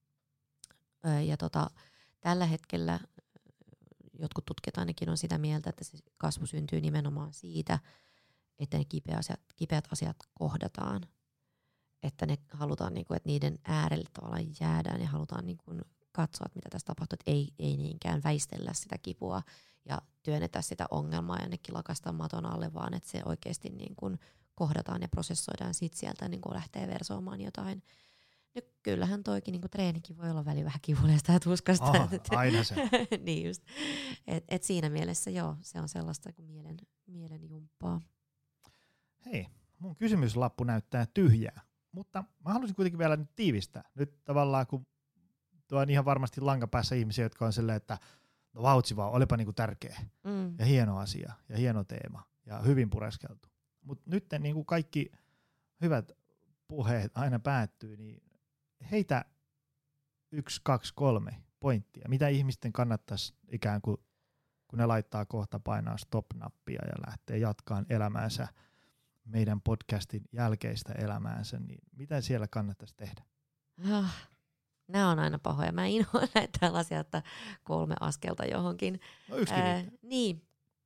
Ja tota, tällä hetkellä jotkut tutkijat ainakin on sitä mieltä, että se kasvu syntyy nimenomaan siitä, että ne kipeät asiat, kipeät asiat kohdataan. Että ne halutaan, niin kuin, että niiden äärelle tavallaan jäädään ja halutaan niin kuin katsoa, että mitä tässä tapahtuu, että ei, ei niinkään väistellä sitä kipua ja työnnetä sitä ongelmaa ja jonnekin lakastaa maton alle, vaan että se oikeasti niin kuin kohdataan ja prosessoidaan sit sieltä niin kuin lähtee versoamaan jotain. No kyllähän toikin niin kuin treenikin voi olla väli vähän kivuliasta ja tuskasta. Aha, aina se. Niin just. Et, et siinä mielessä joo, se on sellaista kuin mielen, mielen jumppaa. Hei, mun kysymyslappu näyttää tyhjää, mutta mä haluaisin kuitenkin vielä nyt tiivistää. Nyt tavallaan kun tuo on ihan varmasti lankapäässä ihmisiä, jotka on silleen, että no vautsi vaan, olipa niinku tärkeä mm. ja hieno asia ja hieno teema ja hyvin pureskeltu. Mutta nyt niin kuin kaikki hyvät puheet aina päättyy, niin heitä yksi, kaksi, kolme pointtia. Mitä ihmisten kannattaisi ikään kuin, kun ne laittaa kohta painaa stop-nappia ja lähtee jatkaan elämäänsä, meidän podcastin jälkeistä elämäänsä, niin mitä siellä kannattaisi tehdä? Ah, nämä on aina pahoja. Mä inhoan näitä tällaisia, että kolme askelta johonkin. No yksikin Ää, niin.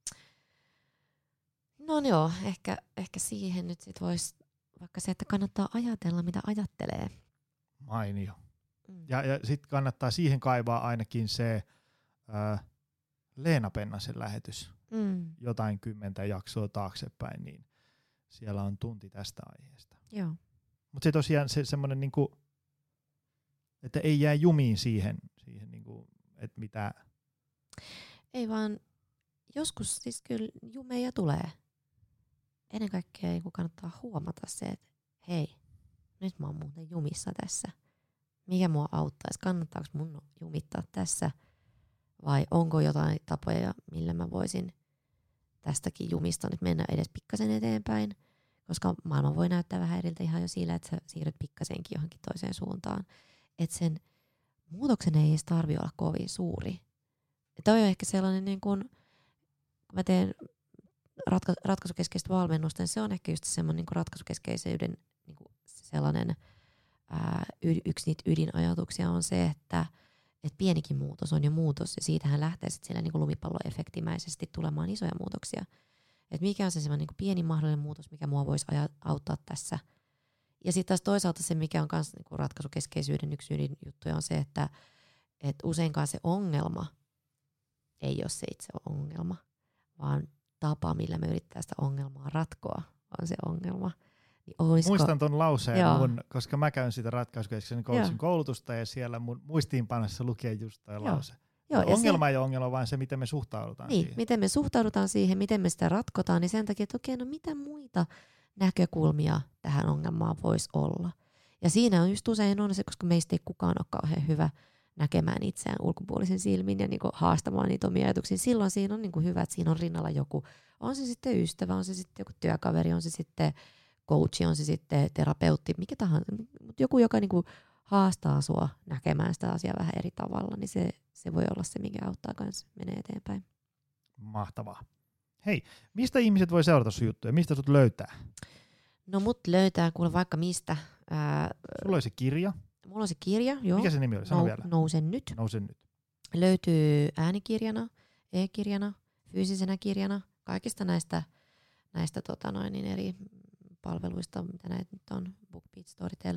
No joo, ehkä, ehkä siihen nyt sit voisi vaikka se, että kannattaa ajatella, mitä ajattelee. Mainio. Mm. Ja, ja sitten kannattaa siihen kaivaa ainakin se ää, Leena Pennasen lähetys. Mm. Jotain kymmentä jaksoa taaksepäin, niin siellä on tunti tästä aiheesta. Joo. Mutta se tosiaan se semmoinen, niinku, että ei jää jumiin siihen, siihen niinku, että mitä... Ei vaan, joskus siis kyllä jumeja tulee. Ennen kaikkea niin kannattaa huomata se, että hei, nyt mä oon muuten jumissa tässä. Mikä mua auttaisi? Kannattaako mun jumittaa tässä? Vai onko jotain tapoja, millä mä voisin tästäkin jumista nyt mennä edes pikkasen eteenpäin? Koska maailma voi näyttää vähän eriltä ihan jo sillä, että sä siirryt pikkasenkin johonkin toiseen suuntaan. Että sen muutoksen ei edes tarvitse olla kovin suuri. Tämä on ehkä sellainen, niin kun, kun mä teen ratka- ratkaisukeskeistä valmennusta, niin se on ehkä just semmoinen niin ratkaisukeskeisyyden niin sellainen ää, y- yksi niitä ydinajatuksia on se, että et pienikin muutos on jo muutos, ja siitähän lähtee sitten siellä niin lumipalloefektimäisesti tulemaan isoja muutoksia. Et mikä on se semmoinen niin pieni mahdollinen muutos, mikä mua voisi aja- auttaa tässä. Ja sitten taas toisaalta se, mikä on myös niin ratkaisukeskeisyyden yksi ydinjuttuja, on se, että et useinkaan se ongelma ei ole se itse ongelma, vaan tapa, millä me yrittää sitä ongelmaa ratkoa, on se ongelma. Niin olisiko... Muistan ton lauseen, mun, koska mä käyn sitä ratkaisukeskeisen koulutuksen koulutusta, ja siellä mun muistiinpanossa lukee just toi lause. Joo, ongelma se... ei ole ongelma, vaan se, miten me suhtaudutaan niin, siihen. Miten me suhtaudutaan siihen, miten me sitä ratkotaan, niin sen takia, että okei, no mitä muita näkökulmia tähän ongelmaan voisi olla. Ja siinä on just usein on se, koska meistä ei kukaan ole kauhean hyvä näkemään itseään ulkopuolisen silmin ja niinku haastamaan niitä omia ajatuksia. Silloin siinä on niinku hyvä, että siinä on rinnalla joku, on se sitten ystävä, on se sitten joku työkaveri, on se sitten coachi, on se sitten terapeutti, mikä tahansa. Mutta joku, joka niinku haastaa sua näkemään sitä asiaa vähän eri tavalla, niin se, se voi olla se, mikä auttaa kanssa menee eteenpäin. Mahtavaa. Hei, mistä ihmiset voi seurata sun juttuja? Mistä sut löytää? No mut löytää kuule vaikka mistä. Ää, Sulla oli se kirja. Mulla on se kirja, joo. Mikä se nimi oli? Sano nou, vielä. Nousen nyt. Nousen nyt. Löytyy äänikirjana, e-kirjana, fyysisenä kirjana, kaikista näistä, näistä tota noin, niin eri palveluista, mitä näitä nyt on, BookBeat, Storytel,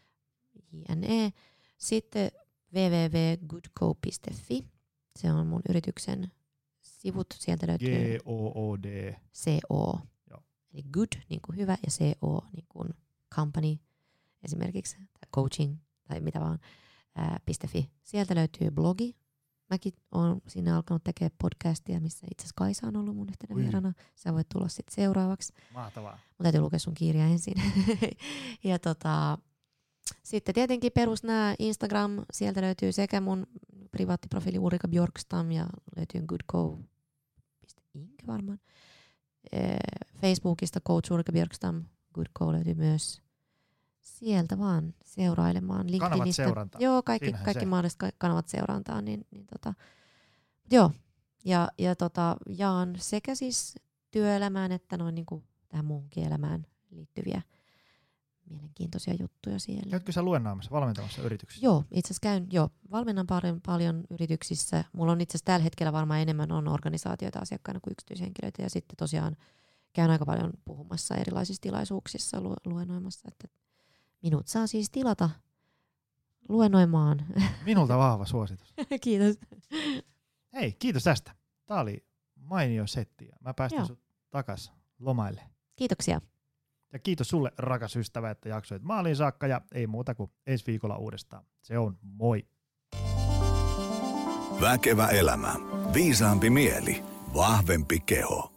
jne. Sitten double-u double-u double-u piste goodco piste fi. Se on mun yrityksen sivut. Sieltä löytyy G O O D. C O. Joo. Eli good, niin kuin hyvä, ja C O, niin kuin company, esimerkiksi, tai coaching, tai mitä vaan, ää, .fi. Sieltä löytyy blogi. Mäkin olen sinne alkanut tekemään podcastia, missä itse asiassa Kaisa on ollut mun yhtenä vierana. Sä voit tulla sitten seuraavaksi. Mahtavaa. Mun täytyy lukea sun kirja ensin. ja tota, sitten tietenkin perus nää Instagram, sieltä löytyy sekä mun privaattiprofiili Ulrika Björkstam ja löytyy goodco piste inc varmaan. Facebookista Coach Ulrika Björkstam, Goodco löytyy myös. Sieltä vaan seurailemaan. Kanavat seurantaa. Joo, kaikki, kaikki mahdolliset kanavat seurantaa. Niin, niin tota, joo, ja, ja tota, jaan sekä siis työelämään että noin niin kuin tähän muuhunkin elämään liittyviä mielenkiintoisia juttuja siellä. Käytkö sä luennaamassa, valmentamassa yrityksissä? Joo, itse asiassa käyn, joo, valmennan paljon, paljon yrityksissä. Mulla on itse asiassa tällä hetkellä varmaan enemmän on organisaatioita asiakkaina kuin yksityishenkilöitä, ja sitten tosiaan käyn aika paljon puhumassa erilaisissa tilaisuuksissa, lu- luennoimassa, että minut saa siis tilata luennoimaan. Minulta vahva suositus. Kiitos. Hei, kiitos tästä. Tää oli mainio setti. Mä päästän Joo. sut takas lomaille. Kiitoksia. Ja kiitos sulle, rakas ystävä, että jaksoit maaliin saakka, ja ei muuta kuin ensi viikolla uudestaan. Se on moi. Väkevä elämä. Viisaampi mieli. Vahvempi keho.